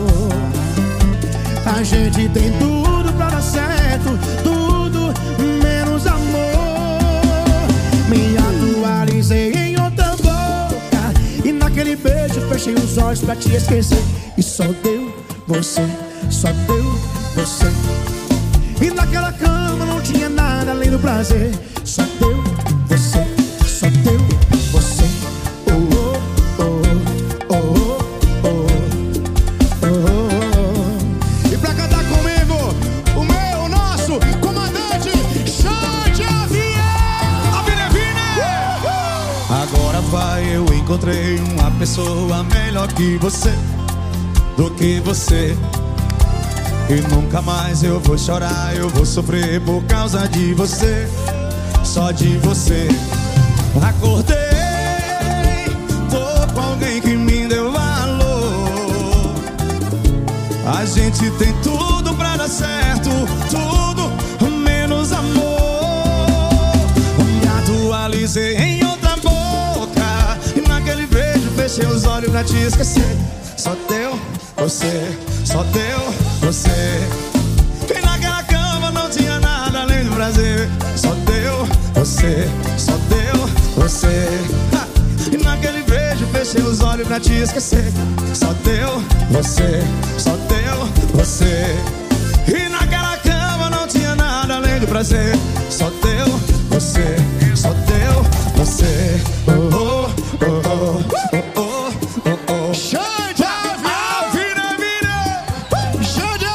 A gente tem tudo pra dar certo, tudo menos amor. Me atualizei em outra boca, e naquele beijo fechei os olhos pra te esquecer. E só deu você, só deu você. E naquela cama não tinha nada além do prazer. Só deu você, só deu você. Oh, oh, oh, oh, oh, oh. E pra cantar comigo, o meu, o nosso comandante Xande Avier. Agora vai, eu encontrei uma pessoa melhor que você, do que você. E nunca mais eu vou chorar, eu vou sofrer por causa de você, só de você. Acordei, tô com alguém que me deu valor. A gente tem tudo pra dar certo, tudo menos amor. Me atualizei em outra boca, e naquele beijo fechei os olhos pra te esquecer. Só deu você, só deu você. E naquela cama não tinha nada além do prazer. Só deu você, só deu você. E naquele beijo fechei os olhos pra te esquecer. Só deu você, só deu você. E naquela cama não tinha nada além do prazer. Só deu você, só deu você. Oh, oh, oh, oh, oh, oh, oh, oh. Xande, vira, vira. Xande,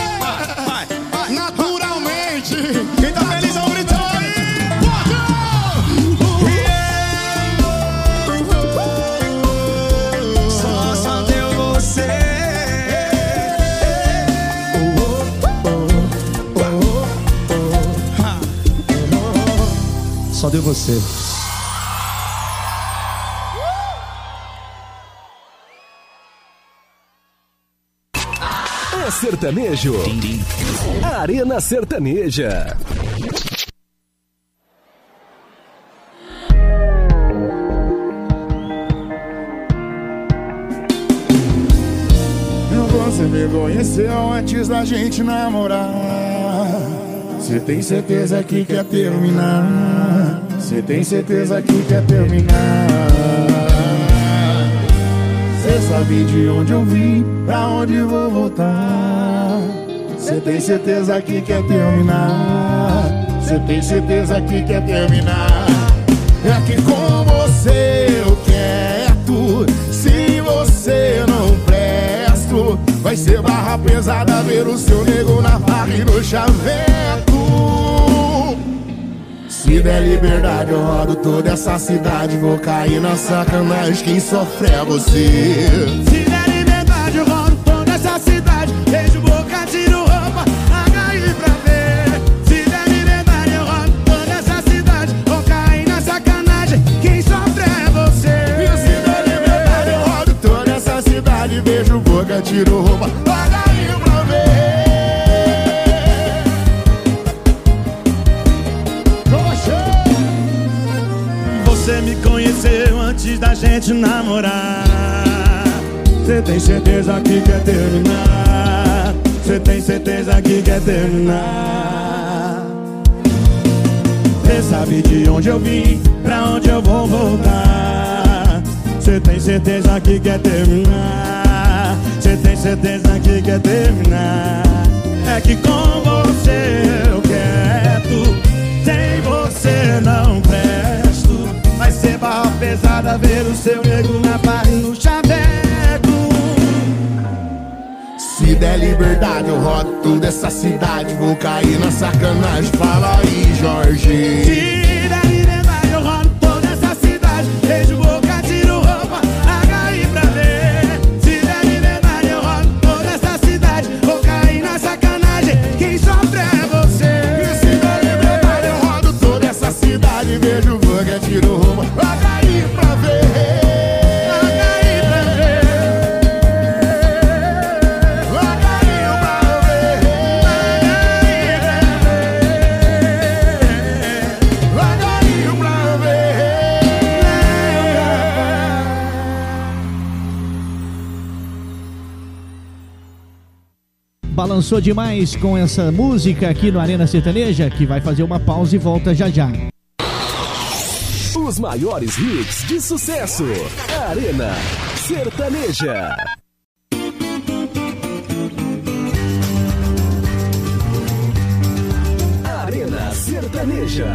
naturalmente. Quem tá feliz é o gritão aí. Só deu você. Só deu você. É sertanejo. Arena Sertaneja. Você me conheceu antes da gente namorar. Cê tem certeza que quer terminar? Cê tem certeza que quer terminar? Cê sabe de onde eu vim, pra onde vou voltar? Cê tem certeza que quer terminar? Cê tem certeza que quer terminar? É que com você eu quero. Se você não presto, vai ser barra pesada ver o seu nego na farra e no chaveco. Se der liberdade eu rodo toda essa cidade. Vou cair na sacanagem, quem sofre é você. Se der liberdade eu rodo toda essa cidade. Beijo, boca, tiro roupa, paga aí pra ver. Se der liberdade eu rodo toda essa cidade. Vou cair na sacanagem, quem sofre é você. E se der liberdade eu rodo toda essa cidade. Beijo, boca, tiro roupa, paga aí pra ver. Você me conheceu antes da gente namorar. Você tem certeza que quer terminar? Você tem certeza que quer terminar? Você sabe de onde eu vim, pra onde eu vou voltar? Você tem certeza que quer terminar? Você tem certeza que quer terminar? É que com você eu quero, sem você não presto. Vai ser barra pesada ver o seu nego na barra e no chaveco. Se der liberdade eu rodo toda essa cidade. Vou cair na sacanagem, fala aí, Jorge. Se der liberdade eu rodo toda essa cidade. Beijo, boca, tiro roupa, paga aí pra ver. Se der liberdade eu rodo toda essa cidade. Vou cair na sacanagem, quem sofre é você. E se der liberdade eu rodo toda essa cidade. Beijo, boca, tiro roupa, paga aí pra ver. Balançou demais com essa música aqui no Arena Sertaneja, que vai fazer uma pausa e volta já já. Os maiores hits de sucesso. Arena Sertaneja. Arena Sertaneja.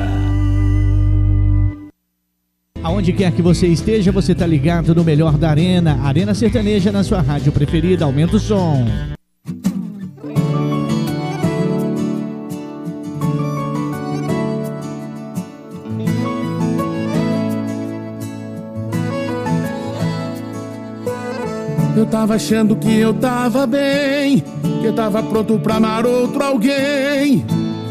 Aonde quer que você esteja, você tá ligado no melhor da Arena. Arena Sertaneja na sua rádio preferida. Aumenta o som. Eu tava achando que eu tava bem, que eu tava pronto pra amar outro alguém.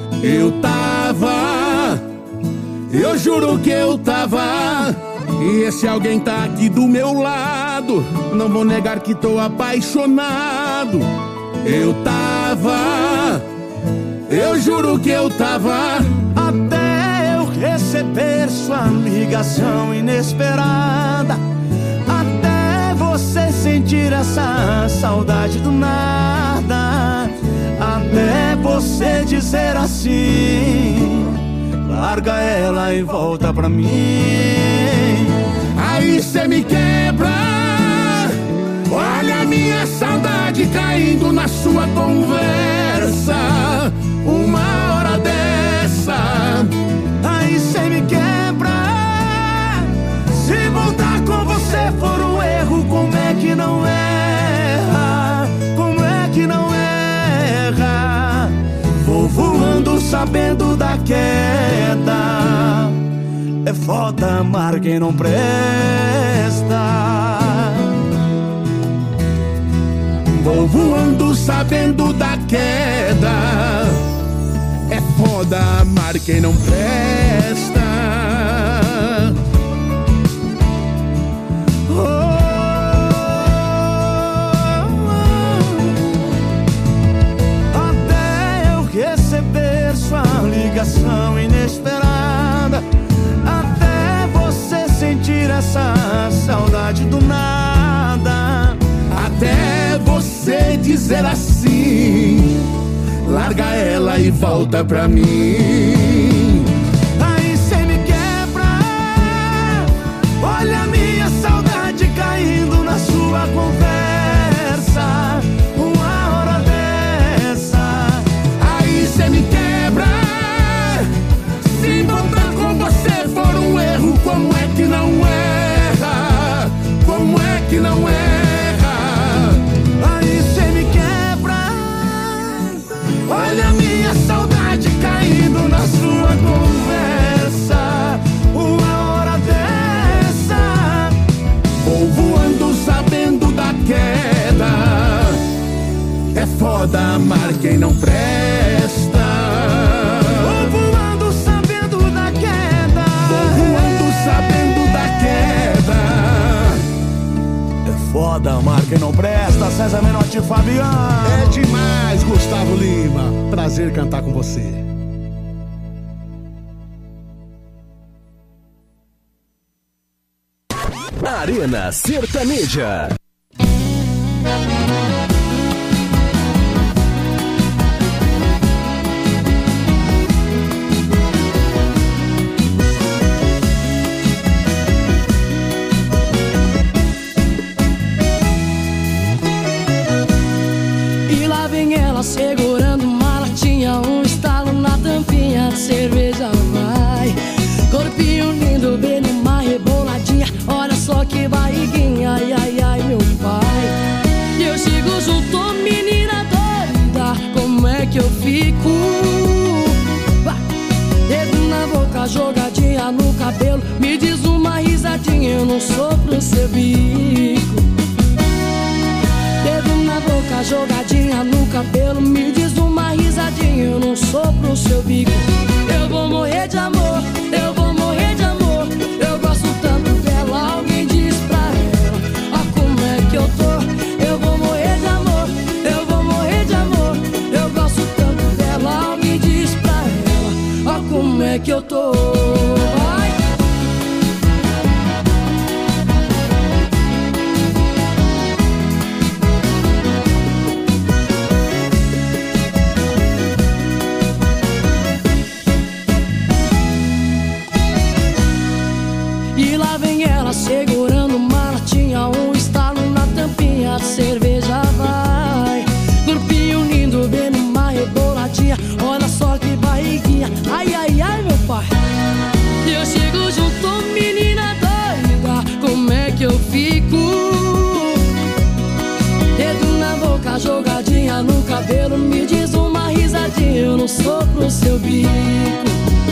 Eu juro que eu tava. E esse alguém tá aqui do meu lado. Não vou negar que tô apaixonado. Eu juro que eu tava. Até eu receber sua ligação inesperada. Até você sentir essa saudade do nada, até você dizer assim: larga ela e volta pra mim. Aí cê me quebra. Olha a minha saudade caindo na sua conversa. Uma hora dessa, aí cê me quebra. Se voltar com você for um erro, como é que não erra? Como é que não erra? Vou voando sabendo da queda. É foda amar quem não presta. vou voando sabendo da queda. É foda amar quem não presta. Até eu receber sua ligação inesperada, até você sentir essa saudade do nada, até você dizer assim: larga ela e volta pra mim. Aí cê me quebra. Olha a minha saudade caindo na sua conversa. Uma hora dessa, aí cê me quebra. Se voltar com você for um erro, como é que não erra? Como é que não erra? aí cê me quebra. Olha a minha saudade caindo na sua conversa. Uma hora dessa, vou voando sabendo da queda. É foda amar quem não presta. vou voando sabendo da queda. Vou voando sabendo da queda. É foda amar quem não presta. César Menotti e Fabiano. É demais, Gustavo Lima. Prazer cantar com você. Arena Sertaneja. E lá vem ela segurando uma latinha, um estalo na tampinha, a cerveja vai. Corpinho lindo, bem numa reboladinha, olha só que barriguinha, ai, ai, ai, meu pai. E eu sigo junto, menina doida, como é que eu fico? Vai. Dedo na boca, jogadinha no cabelo, me diz uma risadinha, eu não sopro o seu bico. Dedo na boca, jogadinha no cabelo, me diz uma risadinha, eu não sopro o seu bico. Eu vou morrer de amor, eu vou morrer de amor, eu gosto tanto dela, alguém diz pra ela, ó como é que eu tô. Eu vou morrer de amor, eu vou morrer de amor, eu gosto tanto dela, alguém diz pra ela, ó como é que eu tô. Vai. E lá vem ela segurando uma latinha, um estalo na tampinha, a cerveja vai. Corpinho lindo, bem numa reboladinha, olha só que barriguinha, ai, ai, ai, meu pai. E eu chego junto, menina doida, como é que eu fico? Dedo na boca, jogadinha no cabelo, me diz uma risadinha, eu não sopro o seu bico.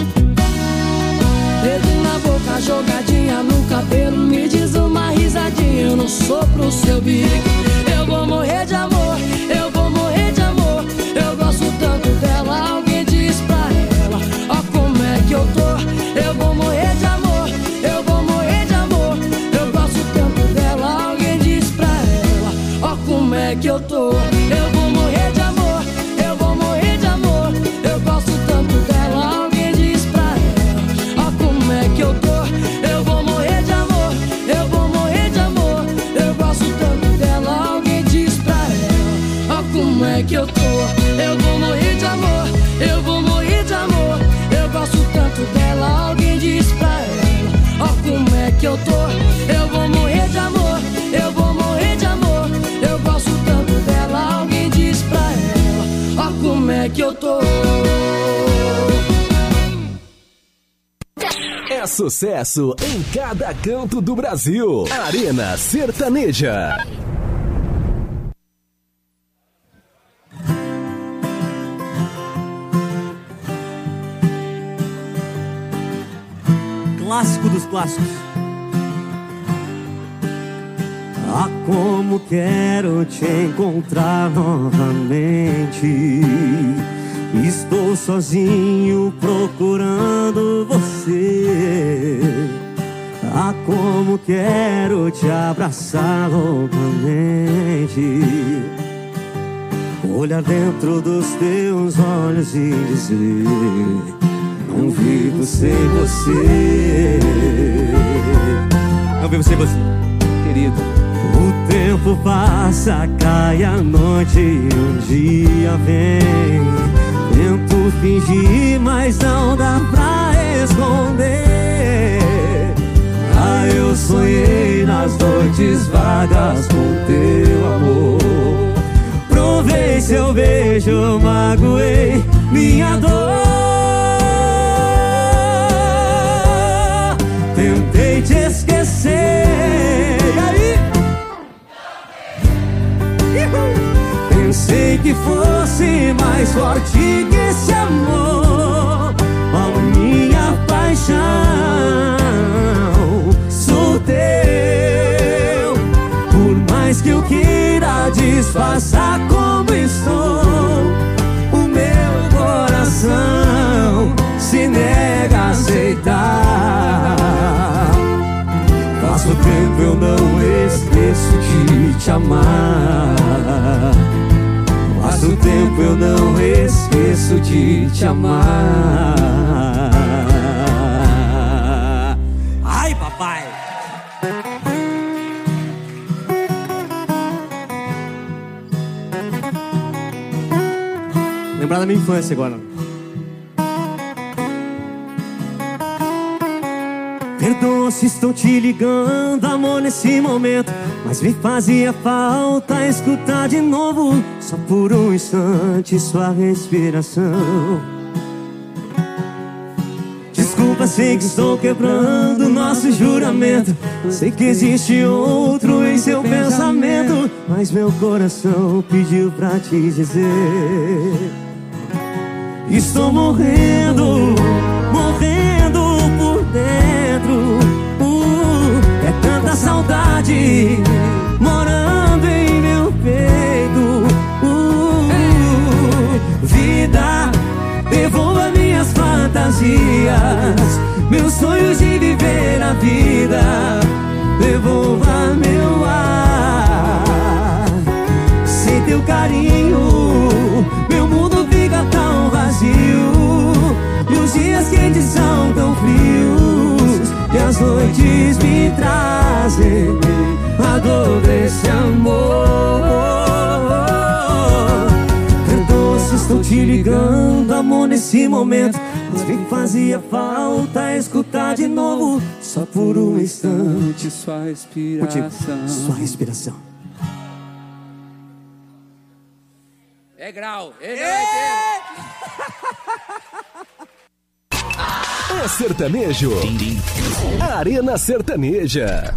Dedo na boca, jogadinha no cabelo, me diz uma risadinha, eu não sopro o seu bico. Eu vou morrer de amor, eu vou morrer de amor, eu gosto tanto dela, alguém diz pra ela, ó como é que eu tô. Eu vou morrer de amor, eu vou morrer de amor, eu gosto tanto dela, alguém diz pra ela, ó como é que eu tô. Eu vou morrer de amor, eu vou morrer de amor, eu gosto tanto dela, alguém diz pra ela, ó como é que eu tô. Eu vou morrer de amor, eu vou morrer de amor, eu gosto tanto dela. É sucesso em cada canto do Brasil. Arena Sertaneja. Clássico dos clássicos. Ah, como quero te encontrar novamente. Estou sozinho procurando você. Ah, como quero te abraçar loucamente. Olhar dentro dos teus olhos e dizer: não vivo sem você. Não vivo sem você, querido. O tempo passa, cai a noite e um dia vem. Tento fingir, mas não dá pra esconder. Ah, eu sonhei nas noites vagas com teu amor. Provei seu beijo, magoei minha dor. Tentei te esquecer, e aí? Pensei que fosse mais forte que esse amor. A minha paixão, sou teu. Por mais que eu queira disfarçar como estou, o meu coração se nega a aceitar. Faz o tempo eu não esqueço de te amar. Faz o tempo eu não esqueço de te amar. Ai, papai! Lembrar da minha infância agora. Perdoa se estou te ligando, amor, nesse momento, mas me fazia falta escutar de novo, só por um instante, sua respiração. Desculpa, sei que estou quebrando nosso juramento. Sei que existe outro em seu pensamento, mas meu coração pediu pra te dizer: estou morrendo, morrendo por dentro. É tanta saudade morando em meu peito. Vida, devolva minhas fantasias, meus sonhos de viver a vida. Devolva meu ar. Sem teu carinho, meu mundo fica tão vazio. Os dias quentes são tão frios e as noites me trazem a dor desse amor. Perdoa se estou te ligando, amor, nesse momento, mas me fazia falta escutar de novo, só por um instante, sua respiração. Sua respiração. É grau. É sertanejo. Arena Sertaneja.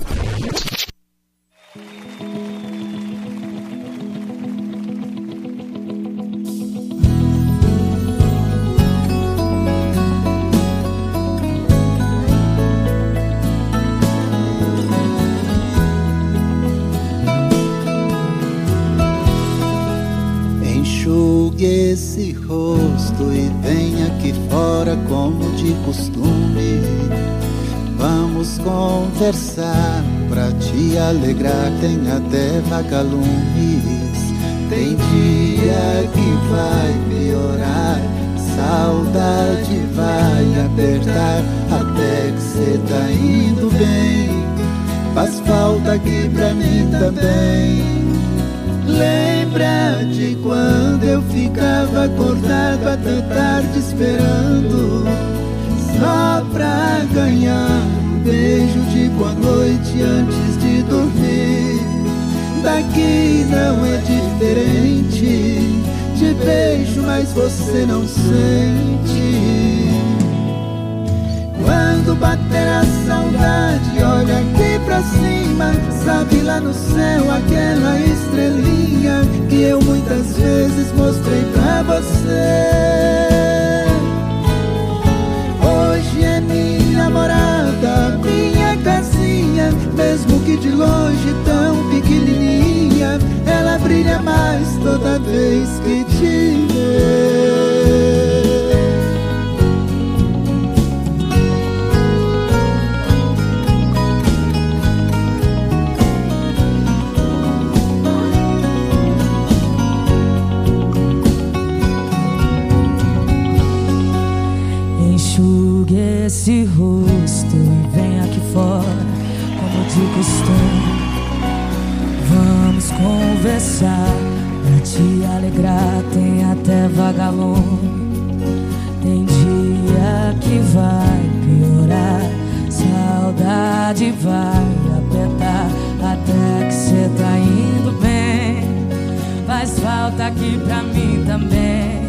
Enxugue esse rosto e venha aqui fora como de costume. Vamos conversar pra te alegrar, tem até vagalumes. Tem dia que vai piorar, saudade vai apertar, até que cê tá indo bem. Faz falta aqui pra mim também. Lembra de quando eu ficava acordado até tarde esperando, só pra ganhar um beijo de boa noite antes de dormir. Daqui não é diferente, te beijo mas você não sente. Quando Quando bater a saudade, olha aqui pra cima. Sabe lá no céu aquela estrelinha que eu muitas vezes mostrei pra você. Hoje é minha morada, minha casinha, mesmo que de longe tão pequenininha, ela brilha mais toda vez que te vê. Enxugue esse rosto e vem aqui fora, como de costume. Vamos conversar, pra te alegrar tem até vagalume. Tem dia que vai piorar, saudade vai apertar, até que cê tá indo bem. Faz falta aqui pra mim também.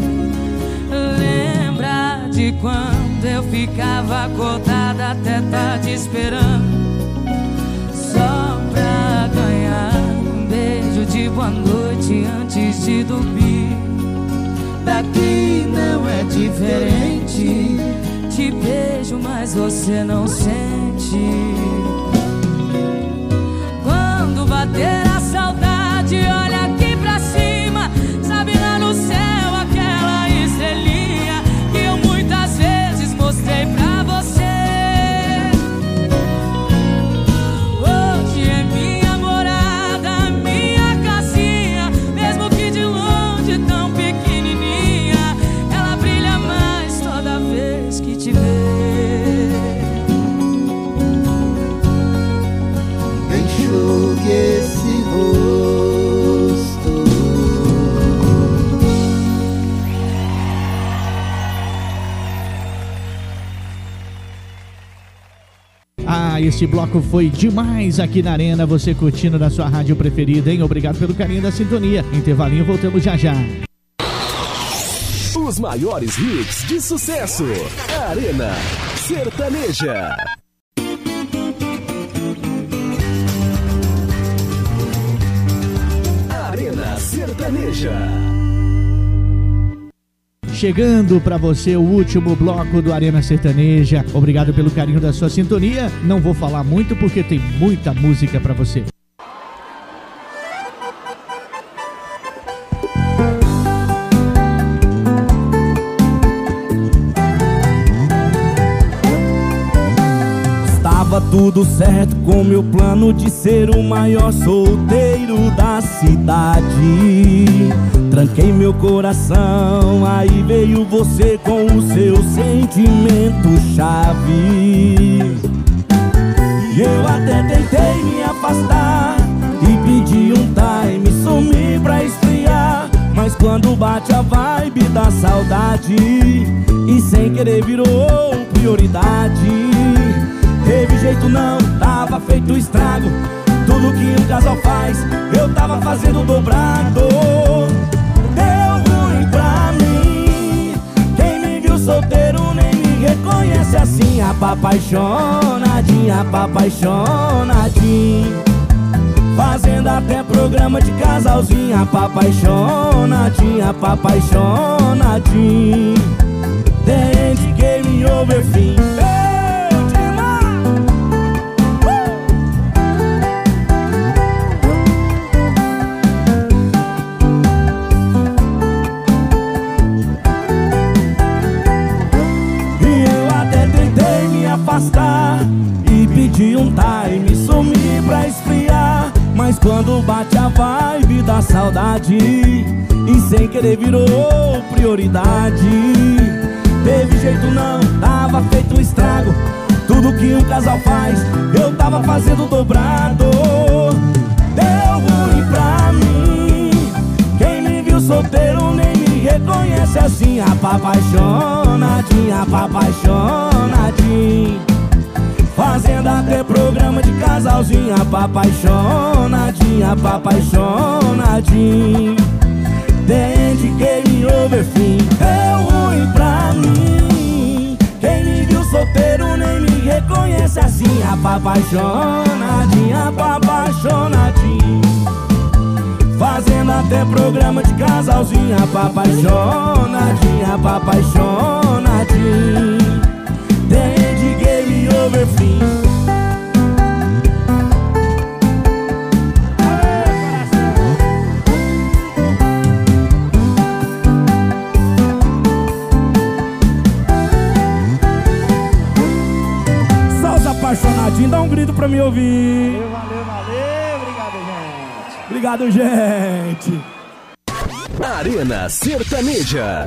Lembra de quando eu ficava acordada até tarde esperando, só pra ganhar um beijo de boa noite antes de dormir. Daqui não é diferente, te beijo mas você não sente. Quando bater a saudade, olha aqui pra cima. Sabe lá no céu aquela estrelinha que eu muitas vezes mostrei pra você. Hoje é minha morada, minha casinha, mesmo que de longe tão pequenininha, ela brilha mais toda vez que te vê. Enxugue esse rosto. Ah, esse bloco foi demais aqui na Arena. Você curtindo na sua rádio preferida, hein? Obrigado pelo carinho da sintonia. Intervalinho, voltamos já já. Os maiores hits de sucesso. Arena Sertaneja. Arena Sertaneja. Chegando pra você o último bloco do Arena Sertaneja. Obrigado pelo carinho da sua sintonia. Não vou falar muito porque tem muita música pra você. Estava tudo certo com meu plano de ser o maior solteiro da cidade. Tranquei meu coração, aí veio você com o seu sentimento chave. E eu até tentei me afastar e pedi um time, sumi pra esfriar. Mas quando bate a vibe da saudade e sem querer virou prioridade. Teve jeito não, tava feito estrago. Tudo que um casal faz, eu tava fazendo dobrado. Deu ruim pra mim. Quem me viu solteiro nem me reconhece assim. Apaixonadinha, apaixonadinha. Fazendo até programa de casalzinho. Apaixonadinha, apaixonadinha. Tem game over fim. E pedi um time, sumi pra esfriar. Mas quando bate a vibe da saudade e sem querer virou prioridade. Teve jeito não, tava feito um estrago. Tudo que um casal faz, eu tava fazendo dobrado. Deu ruim pra mim. Quem me viu solteiro nem me reconhece assim. Apaixonadinha, apaixonadinha. Fazendo até programa de casalzinho. Apaixonadinha, apaixonadinha. Dente game over fim. Deu ruim pra mim. Quem me viu solteiro nem me apaixonadinha, apaixonadinha. Fazendo até programa de casalzinha, apaixonadinha, apaixonadinha. Desde game over fim. Apaixonadinho, dá um grito pra me ouvir. Valeu, obrigado, gente. Obrigado, gente. Arena Sertaneja.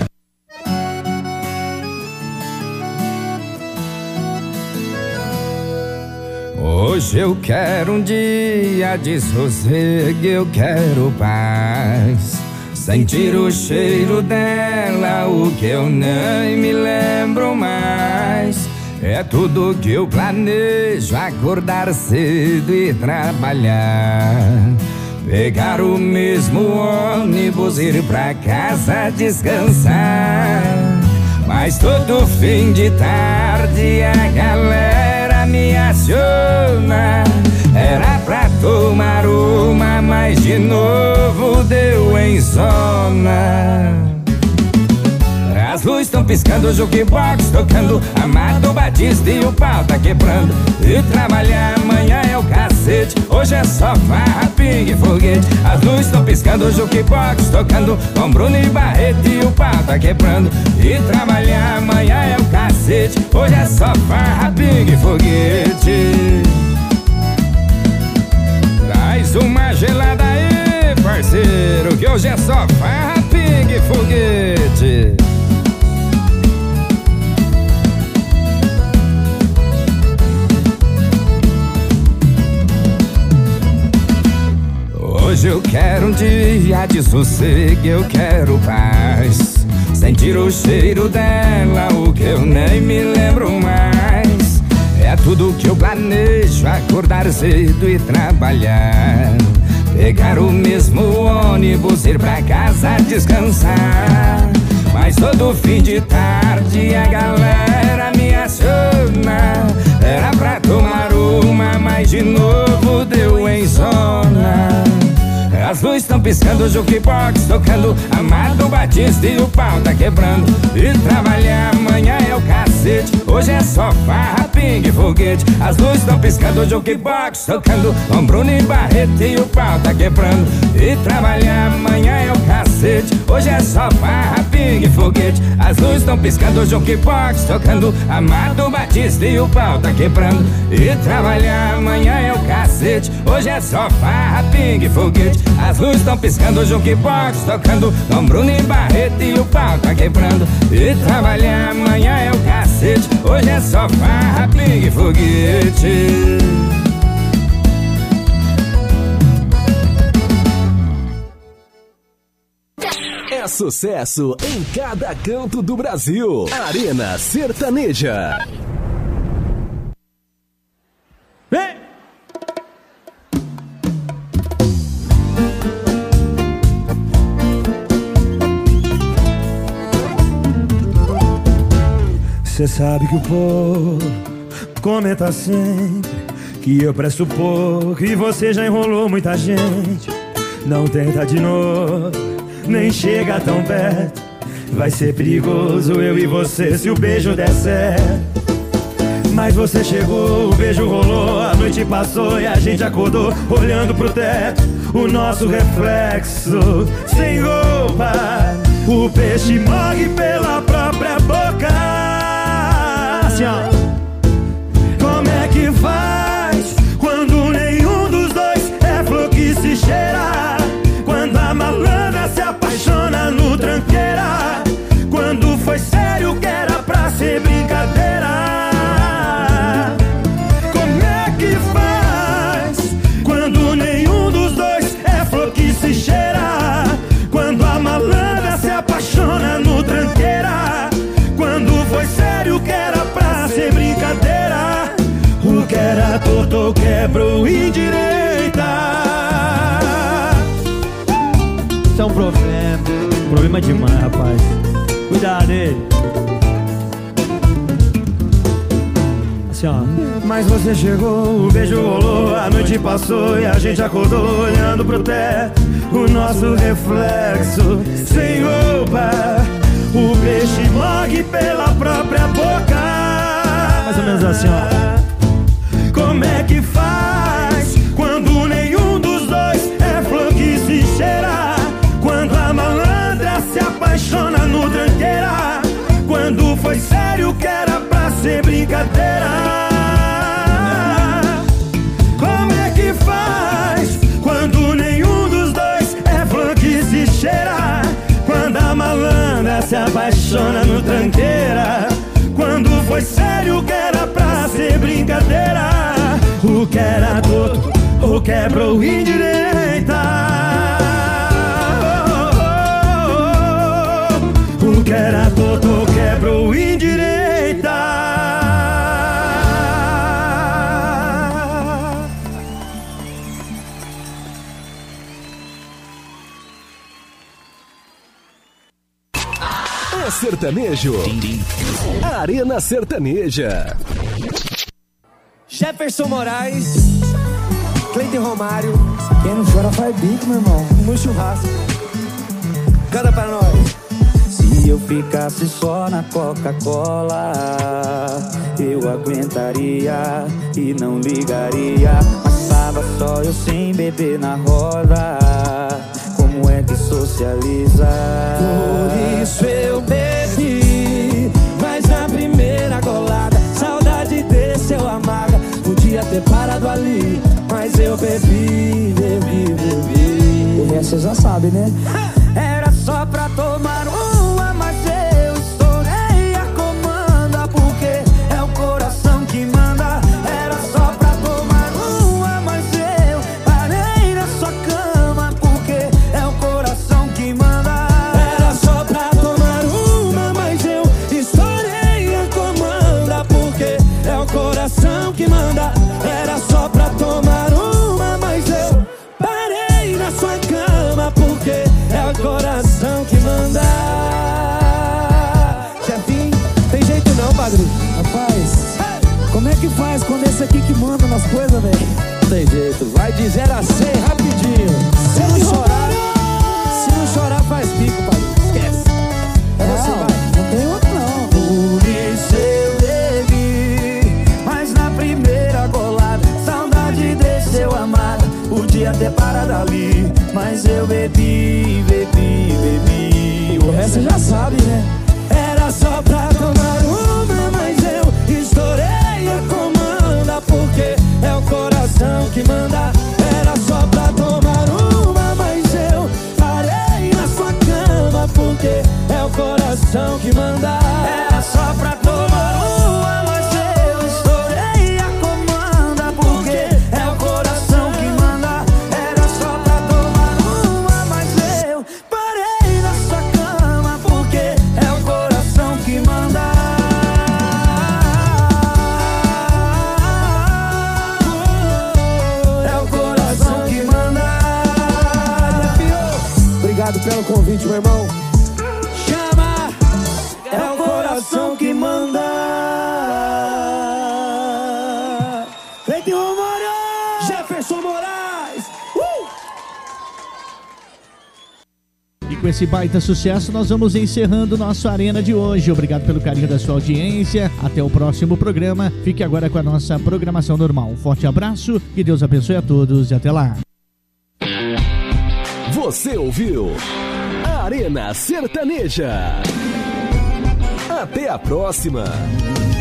Hoje eu quero um dia de sossego, eu quero paz. Sentir o cheiro dela, o que eu nem me lembro mais. É tudo que eu planejo, acordar cedo e trabalhar. Pegar o mesmo ônibus, ir pra casa descansar. Mas todo fim de tarde a galera me aciona. Era pra tomar uma, mas de novo deu em zona. As luzes estão piscando, o jukebox tocando, Amado Batista e o pau tá quebrando. E trabalhar amanhã é o cacete, hoje é só farra, pingue e foguete. As luzes estão piscando, o jukebox tocando, com Bruno e Barreto e o pau tá quebrando. E trabalhar amanhã é o cacete, hoje é só farra, pingue e foguete. Traz uma gelada aí, parceiro, que hoje é só farra, pingue e foguete. Hoje eu quero um dia de sossego, eu quero paz. Sentir o cheiro dela, o que eu nem me lembro mais. É tudo que eu planejo, acordar cedo e trabalhar. Pegar o mesmo ônibus, ir pra casa descansar. Mas todo fim de tarde a galera me aciona. Era pra tomar uma, mas de novo deu em zona. As luzes estão piscando, o jukebox tocando, Amado Batista e o pau tá quebrando. E trabalhar amanhã é o cacete, hoje é só farra, pingue e foguete. As luzes estão piscando, o jukebox tocando, com Bruno e Barreto e o pau tá quebrando. E trabalhar amanhã é o cacete, hoje é só farra, pingue e foguete. As luzes estão piscando, o jukebox tocando, Amado Batista e o pau tá quebrando. E trabalhar amanhã é o cacete, hoje é só farra, pingue e foguete. As luzes estão piscando, o jukebox tocando, com Bruno e Barreto e o pau tá quebrando. E trabalhar amanhã é o cacete, hoje é só farra, pingue e foguete. É sucesso em cada canto do Brasil. Arena Sertaneja. Vem! Cê sabe que o povo comenta sempre que eu presto pouco e você já enrolou muita gente. Não tenta de novo, nem chega tão perto. Vai ser perigoso eu e você se o beijo der certo. Mas você chegou, o beijo rolou, a noite passou e a gente acordou olhando pro teto. O nosso reflexo sem roupa, o peixe morre pela própria boca. Como é que faz quando nenhum dos dois é flor que se cheira? Quando a malandra se apaixona no tranqueira? Quando foi sério que era pra ser brincadeira? Como é que faz quando nenhum dos dois é flor que se cheira? Quando a malandra se apaixona no tranqueira? Quando foi sério que era pra ser brincadeira? O que era torto quebrou indireita. Isso é um problema demais, rapaz. Cuidado dele. assim, ó. Mas você chegou, o beijo rolou, a noite passou e a gente acordou olhando pro teto, o nosso reflexo sem roupa, o peixe morre pela própria boca. Mais ou menos assim, ó. Como é que faz quando nenhum dos dois é flor que se cheira? Quando a malandra se apaixona no tranqueira? Quando foi sério que era pra ser brincadeira? Como é que faz quando nenhum dos dois é flor que se cheira? Quando a malandra se apaixona no tranqueira? Quando foi sério que era pra ser brincadeira? O que era torto, o quebrou indireita. O que era torto, quebrou indireita. É sertanejo. Arena Sertaneja. Jefferson Moraes, Cleiton Romário. Quem não chora faz bico, meu irmão. No churrasco. Canta pra nós. Se eu ficasse só na Coca-Cola, eu aguentaria e não ligaria. Mas tava só eu sem beber na roda, como é que socializa? Por isso eu bebi, mas na primeira golada, saudade desse eu amarga. Podia ter parado ali, mas eu bebi, bebi, bebi. O resto você já sabe, né? Era só pra tomar uma, mas eu estourei a comanda, porque é o coração que manda. Era só pra tomar uma, mas eu parei na sua cama, porque é o coração que manda. Era só pra tomar uma, mas eu estourei a comanda, porque é o coração que manda. Era só pra tomar uma, mas eu parei na sua cama, porque é o coração que manda. Chefinho, tem jeito não, padre. Rapaz, como é que faz quando esse aqui que manda nas coisas, velho? Não tem jeito, vai de 0 a 100 rapidinho. Se não chorar faz bico, padre. Esquece. É você, vai. Não tem outro não. Por isso eu bebi, mas na primeira golada, saudade desceu amada. Podia ter parado ali, mas eu bebi, bebi, bebi. O resto você já sabe, né? Era só pra tomar uma, mas eu estourei a comanda, porque é o coração que manda. Era só pra tomar uma, mas eu parei na sua cama, porque é o coração que manda. Era só pra tomar uma, mas eu estourei a comanda, porque é o coração que manda. Era só pra tomar uma, mas eu parei na sua cama, porque é o coração que manda. É o coração que manda. Obrigado pelo convite, meu irmão. Chama, é o coração que manda. Cleiton Romário, Jefferson Moraes. E com esse baita sucesso, nós vamos encerrando nosso Arena de hoje. Obrigado pelo carinho da sua audiência. Até o próximo programa. Fique agora com a nossa programação normal. Um forte abraço, que Deus abençoe a todos e até lá. Você ouviu Arena Sertaneja. Até a próxima.